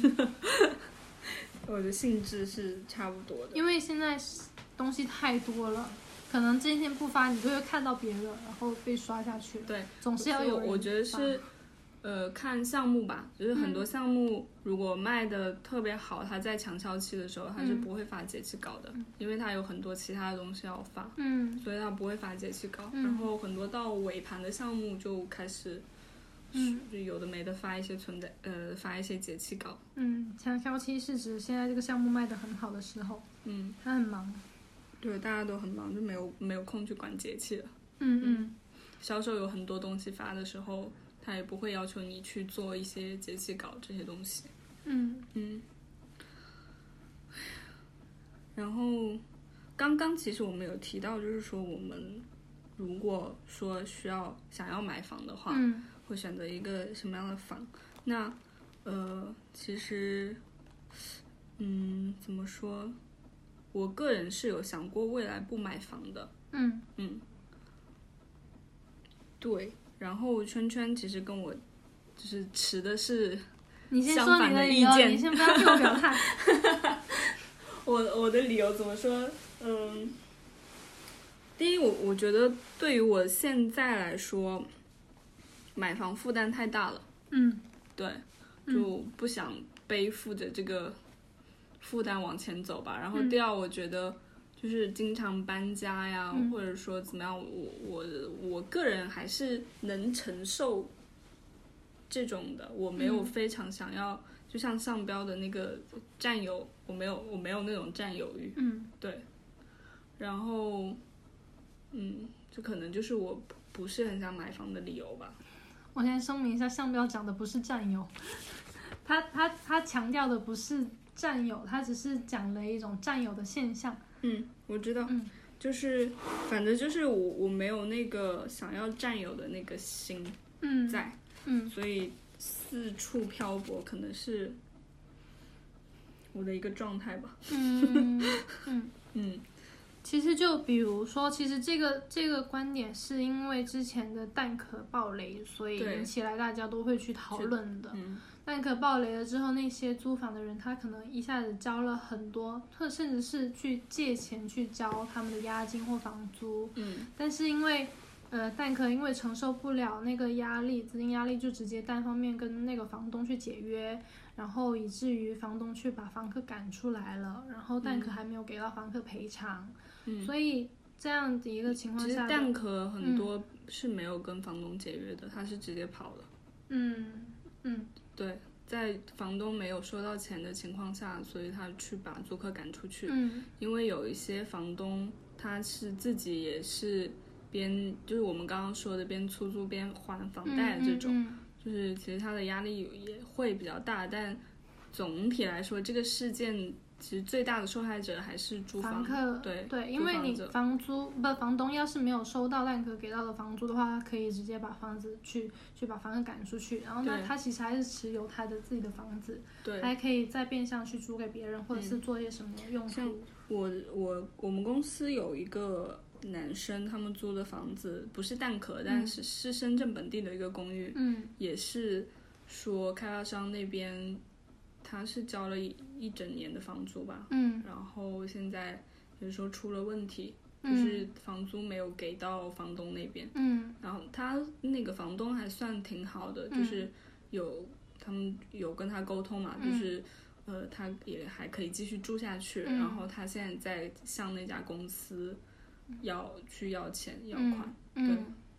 我的性质是差不多的， 因为现在东西太多了，可能今天不发你就会看到别的，然后被刷下去。 对， 总是要有人发。 我觉得是看项目吧，就是很多项目如果卖的特别好，它在强销期的时候它是不会发节气稿的，因为它有很多其他的东西要发，所以它不会发节气稿。然后很多到尾盘的项目就开始就有的没的发一些发一些节气稿。 强销期是指现在这个项目卖得很好的时候，他很忙。 对，大家都很忙，就没有空去管节气了。销售有很多东西发的时候，他也不会要求你去做一些节气稿这些东西。然后刚刚其实我们有提到，就是说我们如果说想要买房的话，会选择一个什么样的房？那其实怎么说？ 我个人是有想过未来不买房的。对。然后圈圈其实跟我就是持的是相反的意见。 你先不要替我表态。 我的理由怎么说？第一，我觉得对于我现在来说，买房负担太大了。对，就不想背负着这个负担往前走吧。然后第二，我觉得就是经常搬家呀，或者说怎么样，我个人还是能承受这种的。我没有非常想要，就像上标的那个占有，我没有那种占有欲。对。然后这可能就是我不是很想买房的理由吧。 我先声明一下，上标讲的不是占有，他强调的不是占有，他只是讲了一种占有的现象。 我知道。就是反正就是我没有那个想要占有的那个心在。所以四处漂泊可能是我的一个状态吧。 其实就比如说，其实这个观点是因为之前的蛋壳爆雷，所以引起来大家都会去讨论的。蛋壳爆雷了之后，那些租房的人他可能一下子交了很多，甚至是去借钱去交他们的押金或房租。但是因为蛋壳因为承受不了那个压力，资金压力，就直接单方面跟那个房东去解约，然后以至于房东去把房客赶出来了，然后蛋壳还没有给到房客赔偿。所以这样的一个情况下， 其实蛋壳很多是没有跟房东解约的，他是直接跑了。对，在房东没有收到钱的情况下，所以他去把租客赶出去。因为有一些房东他是自己也是就是我们刚刚说的边出租边还房贷的这种，就是其实他的压力也会比较大。但总体来说，这个事件其实最大的受害者还是房客。对，因为你房东要是没有收到蛋壳给到的房租的话，他可以直接把房子去把房客赶出去，然后呢，他其实还是持有他的自己的房子，还可以再变相去租给别人，或者是做一些什么用途。 像我们公司有一个男生，他们租的房子不是蛋壳，但是深圳本地的一个公寓。也是说开发商那边他是交了一整年的房租吧。然后现在就是说出了问题，就是房租没有给到房东那边。然后他那个房东还算挺好的，就是他们有跟他沟通嘛，就是他也还可以继续住下去。然后他现在在向那家公司要钱要款。对。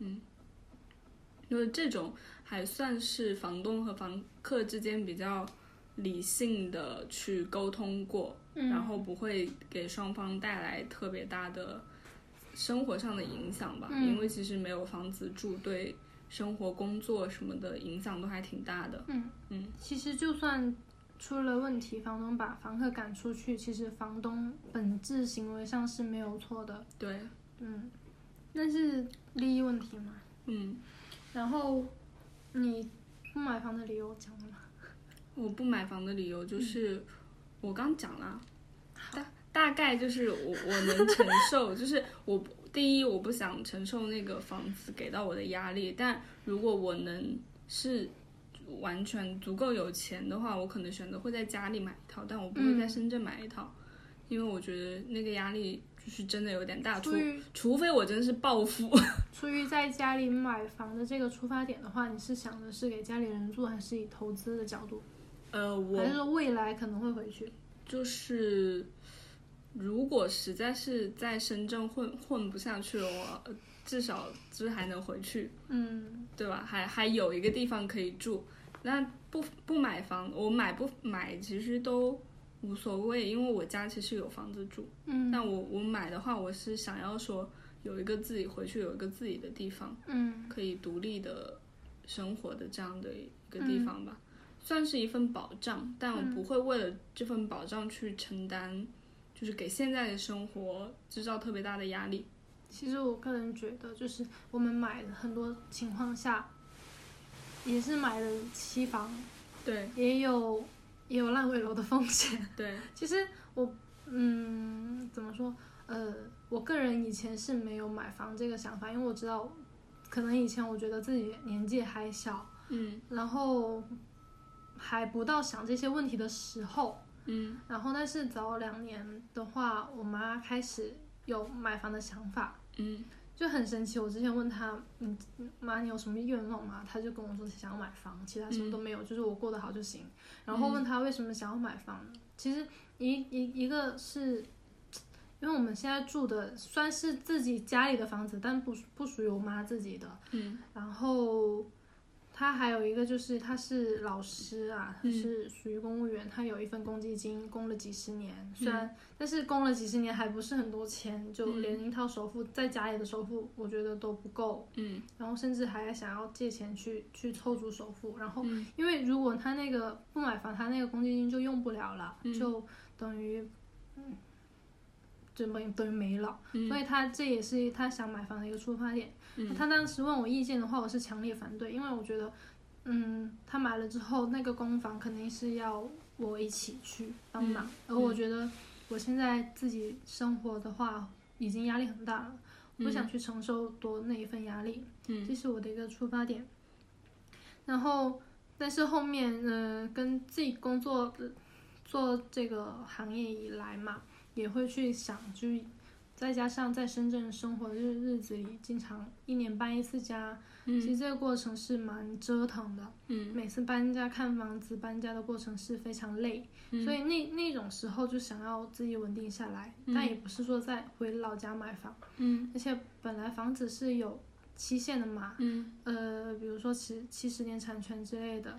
就是这种还算是房东和房客之间比较理性的去沟通过，然后不会给双方带来特别大的生活上的影响吧。因为其实没有房子住，对生活工作什么的影响都还挺大的。 其实就算出了问题，房东把房客赶出去，其实房东本质行为上是没有错的。 对。 但是利益问题嘛。然后你不买房的理由讲了吗？ 我不买房的理由就是我刚讲了，大概就是我能承受，就是第一我不想承受那个房子给到我的压力，但如果我能是完全足够有钱的话，我可能选择会在家里买一套，但我不会在深圳买一套。因为我觉得那个压力就是真的有点大，除非我真是暴富。 出于在家里买房的这个出发点的话，你是想的是给家里人住，还是以投资的角度？还是说未来可能会回去？ 就是如果实在是在深圳混不下去了，我至少就是还能回去。对吧？还有一个地方可以住。那不买房，我买不买其实都无所谓，因为我家其实有房子住。但我买的话，我是想要说有一个自己回去有一个自己的地方，可以独立的生活的这样的一个地方吧。算是一份保障，但我不会为了这份保障去承担，就是给现在的生活制造特别大的压力。 其实我个人觉得，就是我们买的很多情况下，也是买了期房， 对， 也有烂尾楼的风险。 对， 其实我怎么说？我个人以前是没有买房这个想法，因为我知道，可能以前我觉得自己年纪还小，然后还不到想这些问题的时候，然后但是早2年的话，我妈开始有买房的想法，就很神奇。我之前问她，妈，你有什么愿望吗？她就跟我说想要买房，其他什么都没有，就是我过得好就行。然后问她为什么想要买房呢？其实一个是。因为我们现在住的算是自己家里的房子，但不属于我妈自己的。然后他还有一个就是他是老师啊，他是属于公务员，他有一份公积金，供了几十年，虽然但是供了几十年还不是很多钱，就连一套首付在家里的首付我觉得都不够。然后甚至还想要借钱去凑足首付，然后因为如果他那个不买房，他那个公积金就用不了了，就等于就等于没了，所以这也是他想买房的一个出发点。他当时问我意见的话，我是强烈反对，因为我觉得，他买了之后那个公房肯定是要我一起去帮忙，而我觉得我现在自己生活的话已经压力很大了，不想去承受多那一份压力，这是我的一个出发点。然后，但是后面跟自己工作做这个行业以来嘛。也会去想，就再加上在深圳生活的日子里，经常1年搬一次家，其实这个过程是蛮折腾的。每次搬家看房子，搬家的过程是非常累，所以那种时候就想要自己稳定下来，但也不是说再回老家买房。而且本来房子是有期限的嘛，比如说70年产权之类的，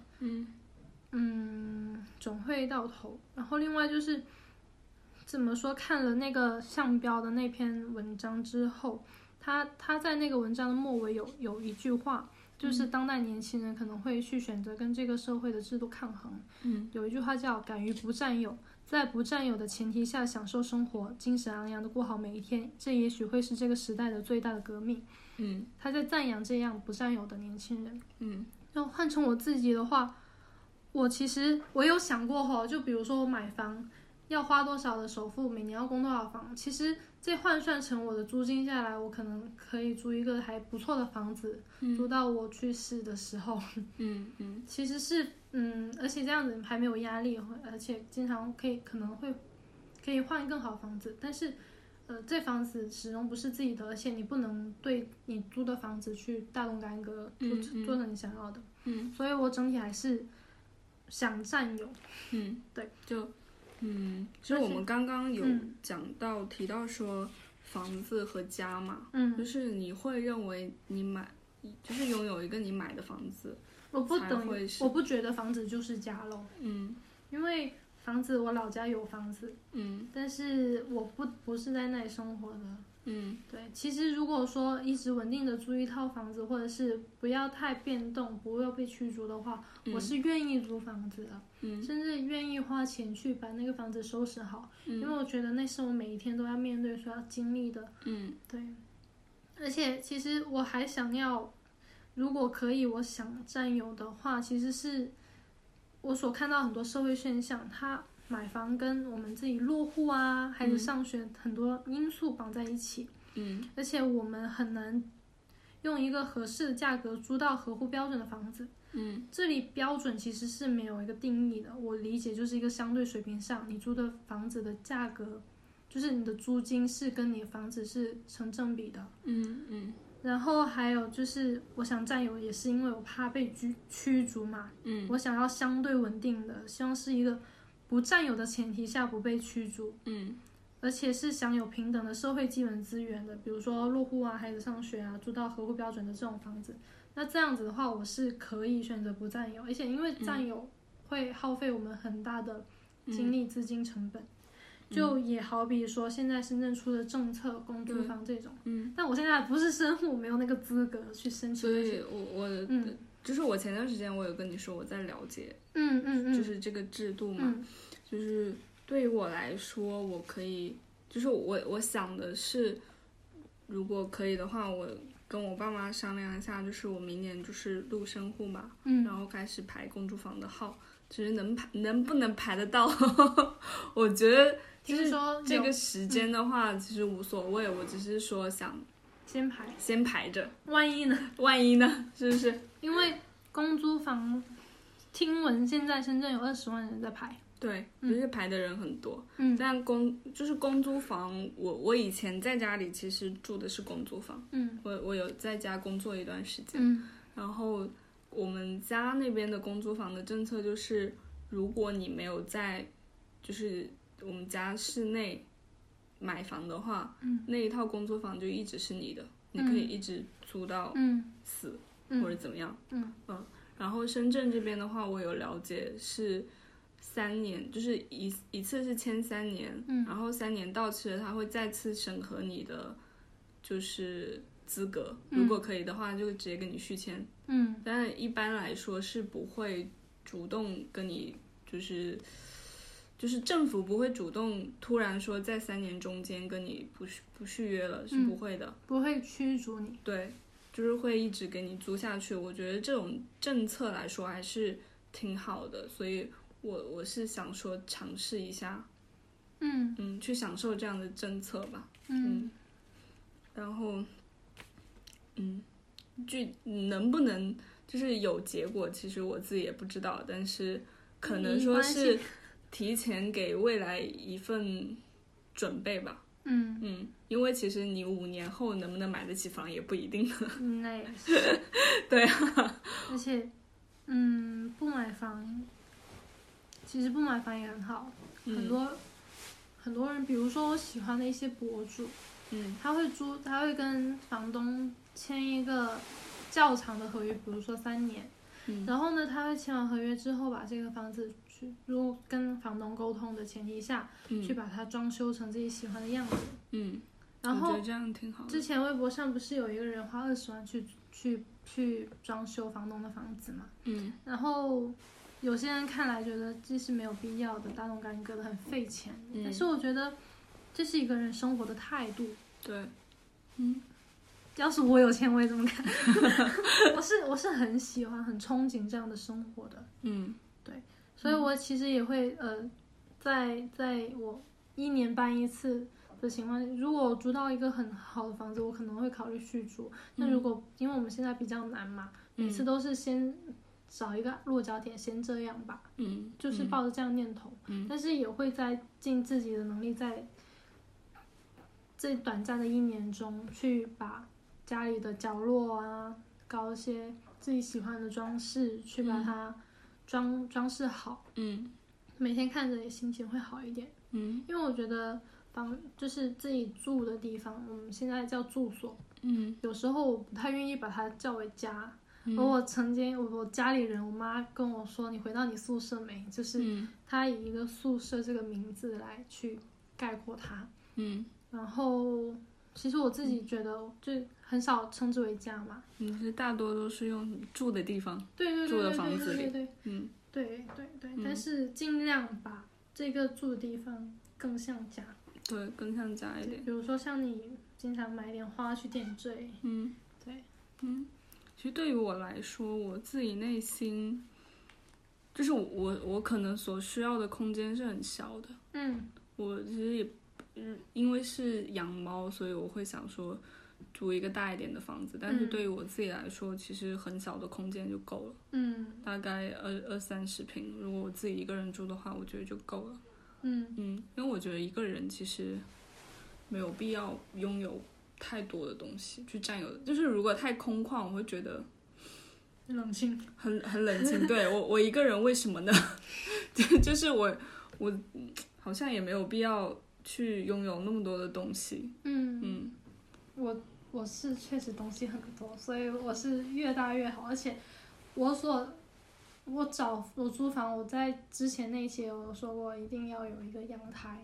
总会到头。然后另外就是。怎么说？看了那个项标的那篇文章之后，他在那个文章的末尾有一句话，就是当代年轻人可能会去选择跟这个社会的制度抗衡。有一句话叫“敢于不占有，在不占有的前提下享受生活，精神昂扬的过好每一天，这也许会是这个时代的最大的革命。”他在赞扬这样不占有的年轻人。然后换成我自己的话，其实我有想过就比如说我买房。要花多少的首付，每年要供多少房，其实这换算成我的租金下来，我可能可以租一个还不错的房子，租到我去世的时候。其实是而且这样子还没有压力，而且经常可能会换更好的房子，但是这房子始终不是自己的，而且你不能对你租的房子去大动干戈，做成你想要的。所以我整体还是想占有。对， 其实我们刚刚有提到说房子和家嘛，就是你会认为就是拥有一个你买的房子， 我不觉得房子就是家咯。因为房子我老家有房子，但是我不是在那里生活的。对，其实如果说一直稳定的租一套房子，或者是不要太变动，不要被驱逐的话，我是愿意租房子的，甚至愿意花钱去把那个房子收拾好，因为我觉得那是我每一天都要面对、所要经历的。对。而且其实我还想要，如果可以，我想占有的话，其实是我所看到很多社会现象，它买房跟我们自己落户啊，孩子上学很多因素绑在一起。而且我们很难用一个合适的价格租到合乎标准的房子。这里标准其实是没有一个定义的，我理解就是一个相对水平上，你租的房子的价格，就是你的租金是跟你的房子是成正比的。然后还有就是我想占有，也是因为我怕被驱逐嘛。我想要相对稳定的，希望是一个不占有的前提下不被驱逐，而且是享有平等的社会基本资源的，比如说落户啊、孩子上学啊、租到合乎标准的这种房子。那这样子的话，我是可以选择不占有，而且因为占有会耗费我们很大的精力、资金成本。就也好比说现在深圳出的政策公租房这种，但我现在还不是生户，没有那个资格去申请。 所以我就是我前段时间我有跟你说我在了解，就是这个制度嘛，就是对于我来说，我可以，就是我想的是，如果可以的话，我跟我爸妈商量一下，就是我明年就是入生户嘛，然后开始排公租房的号，其实能不能排得到，我觉得听说这个时间的话，其实无所谓，我只是说想先排着， 万一呢？ 是不是？ 因为公租房，听闻现在深圳有20万人在排。 对，就是排的人很多。但公租房，我以前在家里其实住的是公租房。我有在家工作一段时间。然后我们家那边的公租房的政策就是，如果你没有在就是我们家室内买房的话，那一套公租房就一直是你的，你可以一直租到死，或者怎么样。然后深圳这边的话，我有了解是3年，就是一次是签3年，然后3年到期了，他会再次审核你的就是资格，如果可以的话，就直接跟你续签。但一般来说是不会主动跟你就是政府不会主动突然说在3年中间跟你不续约了，是不会的， 不会驱逐你。 对，就是会一直给你租下去。我觉得这种政策来说还是挺好的，所以我是想说尝试一下，去享受这样的政策吧。然后能不能就是有结果，其实我自己也不知道，但是可能说是提前给未来一份准备吧。因为其实你5年后能不能买得起房也不一定。 那也是。 对啊。 而且，不买房，其实不买房也很好。很多人，比如说我喜欢的一些博主，他会跟房东签一个较长的合约，比如说3年。然后呢，他会签完合约之后，把这个房子如果跟房东沟通的前提下，去把它装修成自己喜欢的样子。然后我觉得这样挺好的。 之前微博上不是有一个人花20万去装修房东的房子嘛？然后有些人看来觉得这是没有必要的，大动干戈的很费钱。但是我觉得这是一个人生活的态度。 对。 要是我有钱，我也这么干。我是很喜欢、很憧憬这样的生活的。对，所以我其实也会在我1年搬一次的情况，如果我租到一个很好的房子，我可能会考虑续租。那如果因为我们现在比较难嘛，每次都是先找一个落脚点，先这样吧。就是抱着这样念头。但是也会在尽自己的能力，在这短暂的1年中，去把家里的角落啊，搞一些自己喜欢的装饰，去把它装饰好。每天看着也心情会好一点。因为我觉得就是自己住的地方，我们现在叫住所。有时候我不太愿意把它叫为家。我曾经我家里人，我妈跟我说：“你回到你宿舍没？”就是她以一个宿舍这个名字来去概括它。然后其实我自己觉得就很少称之为家嘛。 其实大多都是用住的地方， 对住的房子里。 对。但是尽量把这个住的地方更像家。 对，更像家一点。 比如说像你经常买点花去点缀。对。 其实对于我来说，我自己内心就是我可能所需要的空间是很小的。我其实也因为是养猫，所以我会想说租一个大一点的房子，但是对于我自己来说，其实很小的空间就够了。大概20-30平，如果我自己一个人住的话，我觉得就够了。因为我觉得一个人其实没有必要拥有太多的东西去占有，就是如果太空旷，我会觉得冷清， 很冷清。对，我一个人为什么呢？就是我好像也没有必要去拥有那么多的东西。 我是确实东西很多，所以我是越大越好。而且我租房，我在之前那期我说过一定要有一个阳台。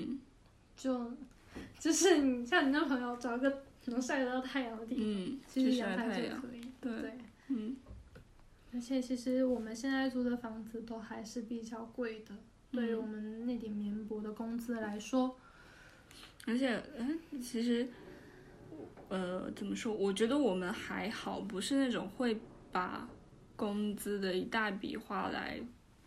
就是你像你那朋友找一个能晒得到太阳的地方，其实阳台就可以。对。而且其实我们现在租的房子都还是比较贵的，对于我们那点绵薄的工资来说。 而且其实怎么说，我觉得我们还好，不是那种会把工资的一大笔花来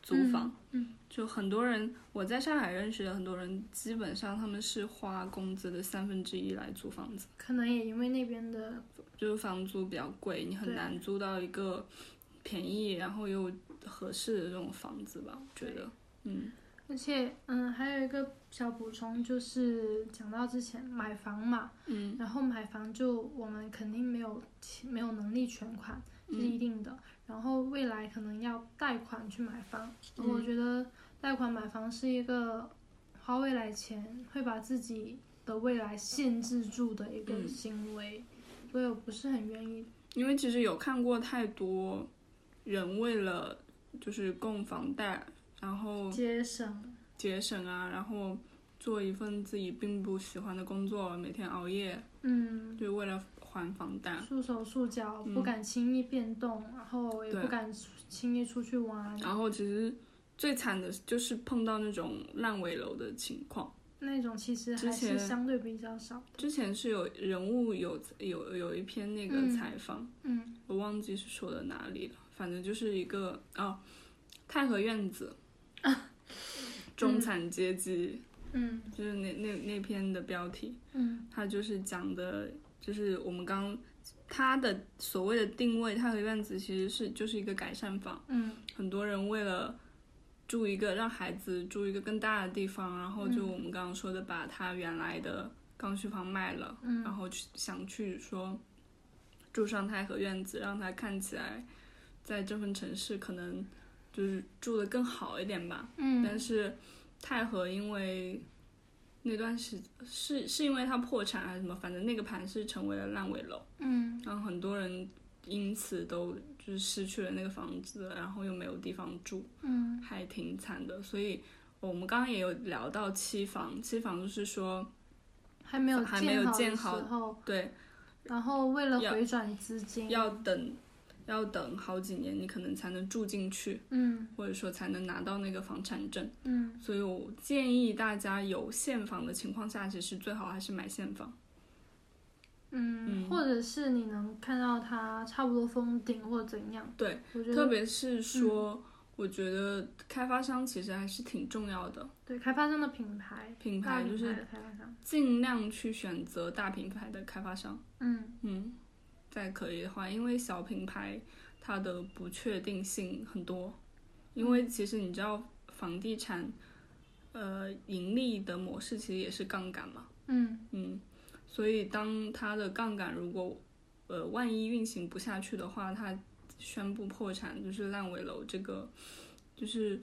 租房。就很多人，我在上海认识的很多人，基本上他们是花工资的1/3来租房子。 可能也因为那边的就是房租比较贵，你很难租到一个便宜然后又合适的这种房子吧，我觉得。 而且还有一个小补充，就是讲到之前买房嘛，然后买房就我们肯定没有能力全款是一定的，然后未来可能要贷款去买房，我觉得贷款买房是一个花未来钱会把自己的未来限制住的一个行为，所以我不是很愿意。 因为其实有看过太多人为了就是供房贷，然后节省啊，然后做一份自己并不喜欢的工作，每天熬夜，就为了还房贷， 束手束脚，不敢轻易变动，然后也不敢轻易出去玩。 然后其实最惨的就是碰到那种烂尾楼的情况， 那种其实还是相对比较少的。 之前是有人物有一篇那个采访，我忘记是说的哪里了，反正就是一个太和院子，中产阶级，就是那篇的标题，他就是讲的，就是我们他的所谓的定位，太和院子其实就是一个改善房，很多人为了让孩子住一个更大的地方，然后就我们刚刚说的，把他原来的刚需房卖了，然后想去说住上太和院子，让他看起来在这份城市可能就是住得更好一点吧。但是太和因为那段是因为它破产还是什么，反正那个盘是成为了烂尾楼，然后很多人因此都就是失去了那个房子，然后又没有地方住，还挺惨的。所以我们刚刚也有聊到期房就是说还没有建好的时候， 对， 然后为了回转资金要等好几年你可能才能住进去，或者说才能拿到那个房产证，所以我建议大家有现房的情况下，其实最好还是买现房。 或者是你能看到它差不多封顶或者怎样。 对，特别是说，我觉得开发商其实还是挺重要的。 对，开发商的品牌就是尽量去选择大品牌的开发商。再可以的话，因为小品牌它的不确定性很多，因为其实你知道房地产，盈利的模式其实也是杠杆嘛。所以当它的杠杆如果万一运行不下去的话，它宣布破产，就是烂尾楼，这个就是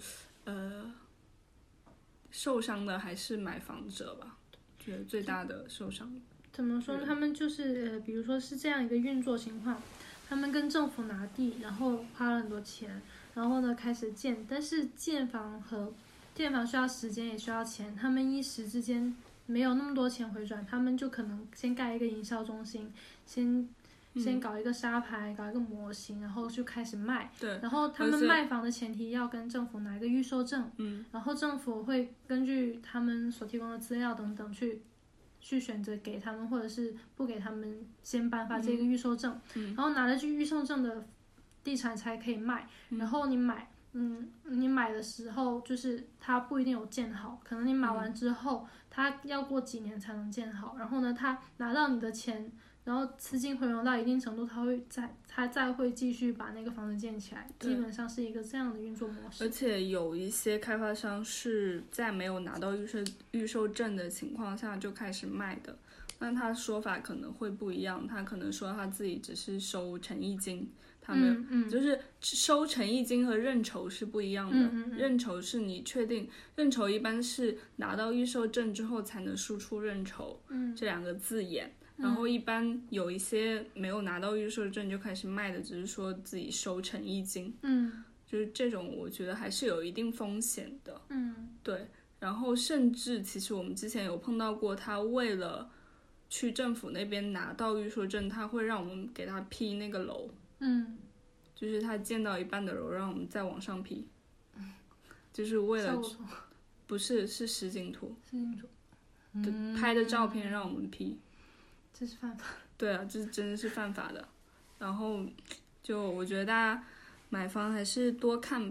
受伤的还是买房者吧，觉得最大的受伤。 怎么说呢？他们就是比如说是这样一个运作情况，他们跟政府拿地，然后花了很多钱，然后呢开始建，但是建房需要时间也需要钱，他们一时之间没有那么多钱回转，他们就可能先盖一个营销中心，先搞一个沙牌，搞一个模型，然后就开始卖。 对。 然后他们卖房的前提要跟政府拿一个预售证，然后政府会根据他们所提供的资料等等去选择给他们或者是不给他们先颁发这个预售证，然后拿了这预售证的地产才可以卖。然后你买的时候就是它不一定有建好，可能你买完之后它要过几年才能建好，然后呢他拿到你的钱，然后资金回笼到一定程度，他再会继续把那个房子建起来，基本上是一个这样的运作模式。 而且有一些开发商是在没有拿到预售证的情况下就开始卖的，那他说法可能会不一样，他可能说他自己只是收诚意金，他没有，就是收诚意金和认筹是不一样的。认筹是你确定，认筹一般是拿到预售证之后才能输出认筹，这两个字眼。然后一般有一些没有拿到预售证就开始卖的，只是说自己收诚意金，就是这种我觉得还是有一定风险的。对。然后甚至其实我们之前有碰到过，他为了去政府那边拿到预售证，他会让我们给他批那个楼，就是他建到一半的楼让我们再往上批，就是为了不是实景图，拍的照片让我们批。 这是犯法。 对啊，这真的是犯法的。然后就我觉得大家买房还是多看吧，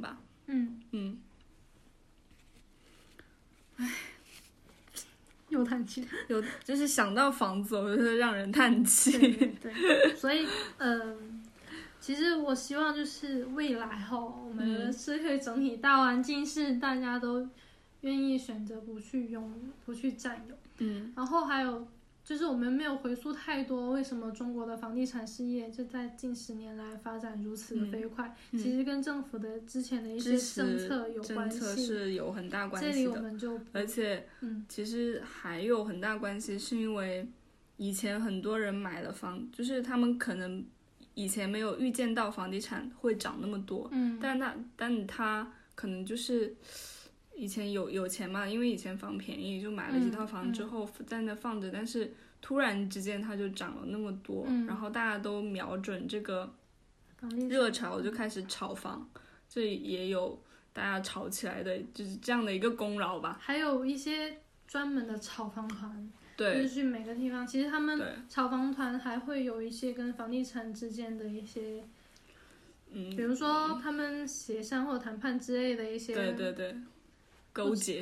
又叹气， 就是想到房子，我就是让人叹气。 对，所以其实我希望就是未来后，我们的社会整体大环境是大家都愿意选择不去占有。然后还有就是我们没有回溯太多为什么中国的房地产事业就在近10年来发展如此的飞快，其实跟政府的之前的一些政策有关系， 政策是有很大关系的。 这里我们就而且其实还有很大关系是因为以前很多人买了房，就是他们可能以前没有预见到房地产会涨那么多，但他可能就是以前有钱嘛，因为以前房便宜，就买了几套房之后在那放着，但是突然之间它就涨了那么多，然后大家都瞄准这个热潮就开始炒房，这也有大家炒起来的就是这样的一个功劳吧。 还有一些专门的炒房团， 对， 就是去每个地方，其实他们炒房团还会有一些跟房地产之间的一些比如说他们协商或谈判之类的一些对勾结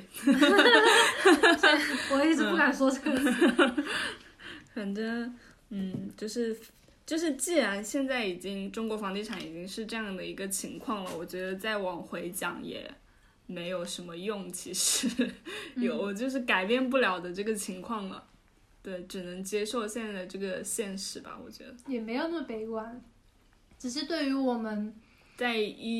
我一直不敢说这个词反正就是既然现在已经中国房地产已经是这样的一个情况了，我觉得再往回讲也没有什么用，其实就是改变不了的这个情况了，对，只能接受现在的这个现实吧，我觉得也没有那么悲观，只是对于我们在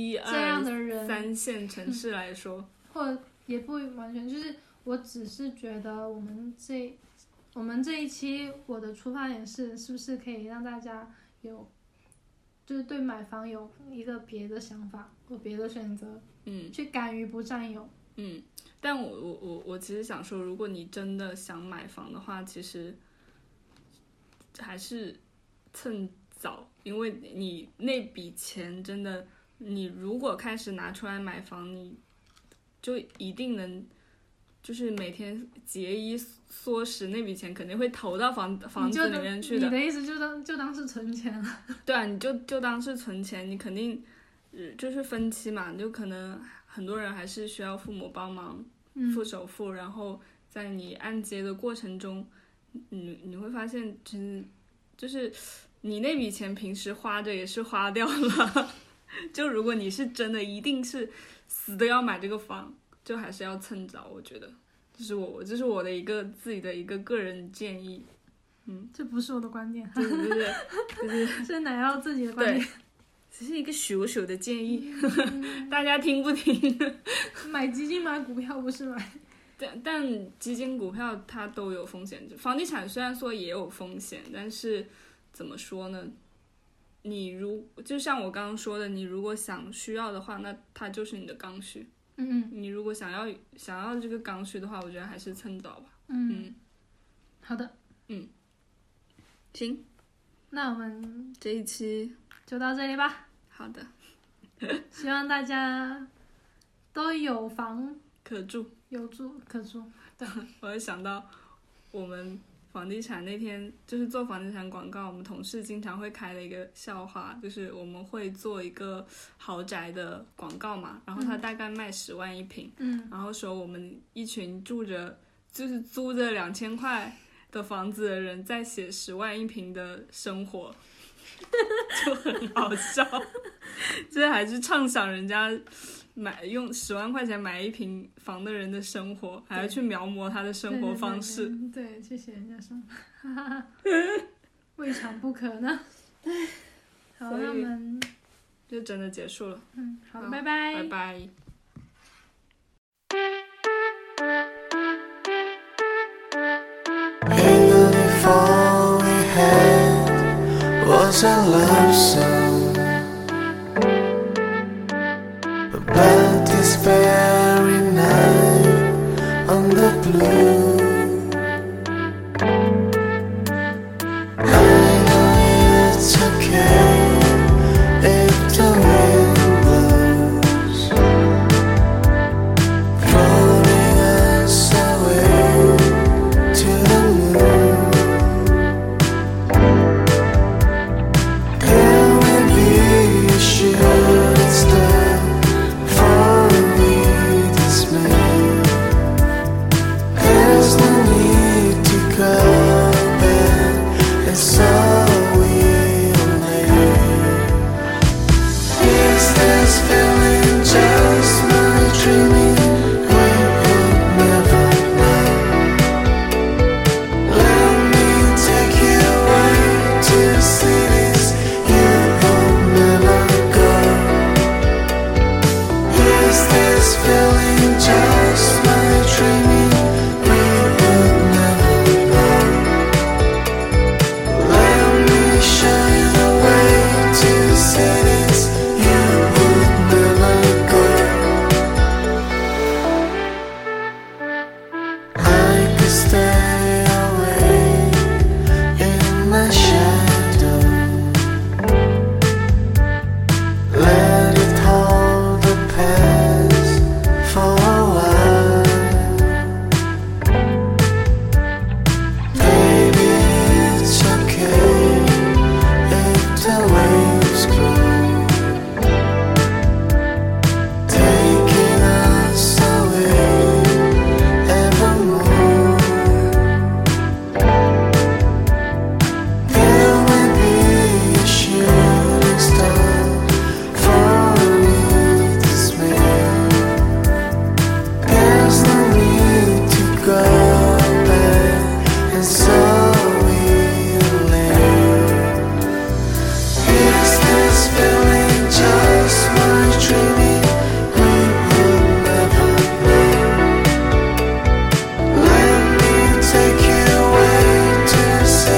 1、2、3线城市来说， 或也不完全，就是我只是觉得我们这一期我的出发点是不是可以让大家就是对买房有一个别的想法或别的选择，去敢于不占有。 但我其实想说，如果你真的想买房的话，其实还是趁早，因为你那笔钱真的，你如果开始拿出来买房，你就一定能就是每天节衣缩食，那笔钱肯定会投到房子里面去的。 你的意思就当是存钱了？对啊，你就当是存钱，你肯定就是分期嘛，就可能很多人还是需要父母帮忙付首付，然后在你按揭的过程中，你会发现其实就是你那笔钱平时花着也是花掉了就如果你是真的一定是死的要买这个房，就还是要趁早，我觉得这是我的自己的一个个人建议。 这不是我的观点， 就是是奶酪自己的观点， 只是一个小的建议大家听不听买基金买股票不是买但基金股票它都有风险，房地产虽然说也有风险，但是怎么说呢，就像我刚刚说的，你如果需要的话，那它就是你的刚需。你如果想要这个刚需的话，我觉得还是趁早吧。 好的。 行， 那我们这一期就到这里吧。 好的希望大家都有房可住， 有住可住。对， 我会想到我们房地产那天就是做房地产广告，我们同事经常会开的一个笑话，就是我们会做一个豪宅的广告嘛，然后它大概卖10万一平，然后说我们一群租着2000块的房子的人在写10万一平的生活就很好笑这还是畅想人家用10万块钱买一平房的人的生活，还要去描摹他的生活方式。 对，谢谢人家生活未尝不可呢好，那我们就真的结束了。 好，拜拜， 拜拜。 All we had was a love song about this very night on the blue. I know it's okay if the wind blows, floating us away to the moon. There will be a shooting star for so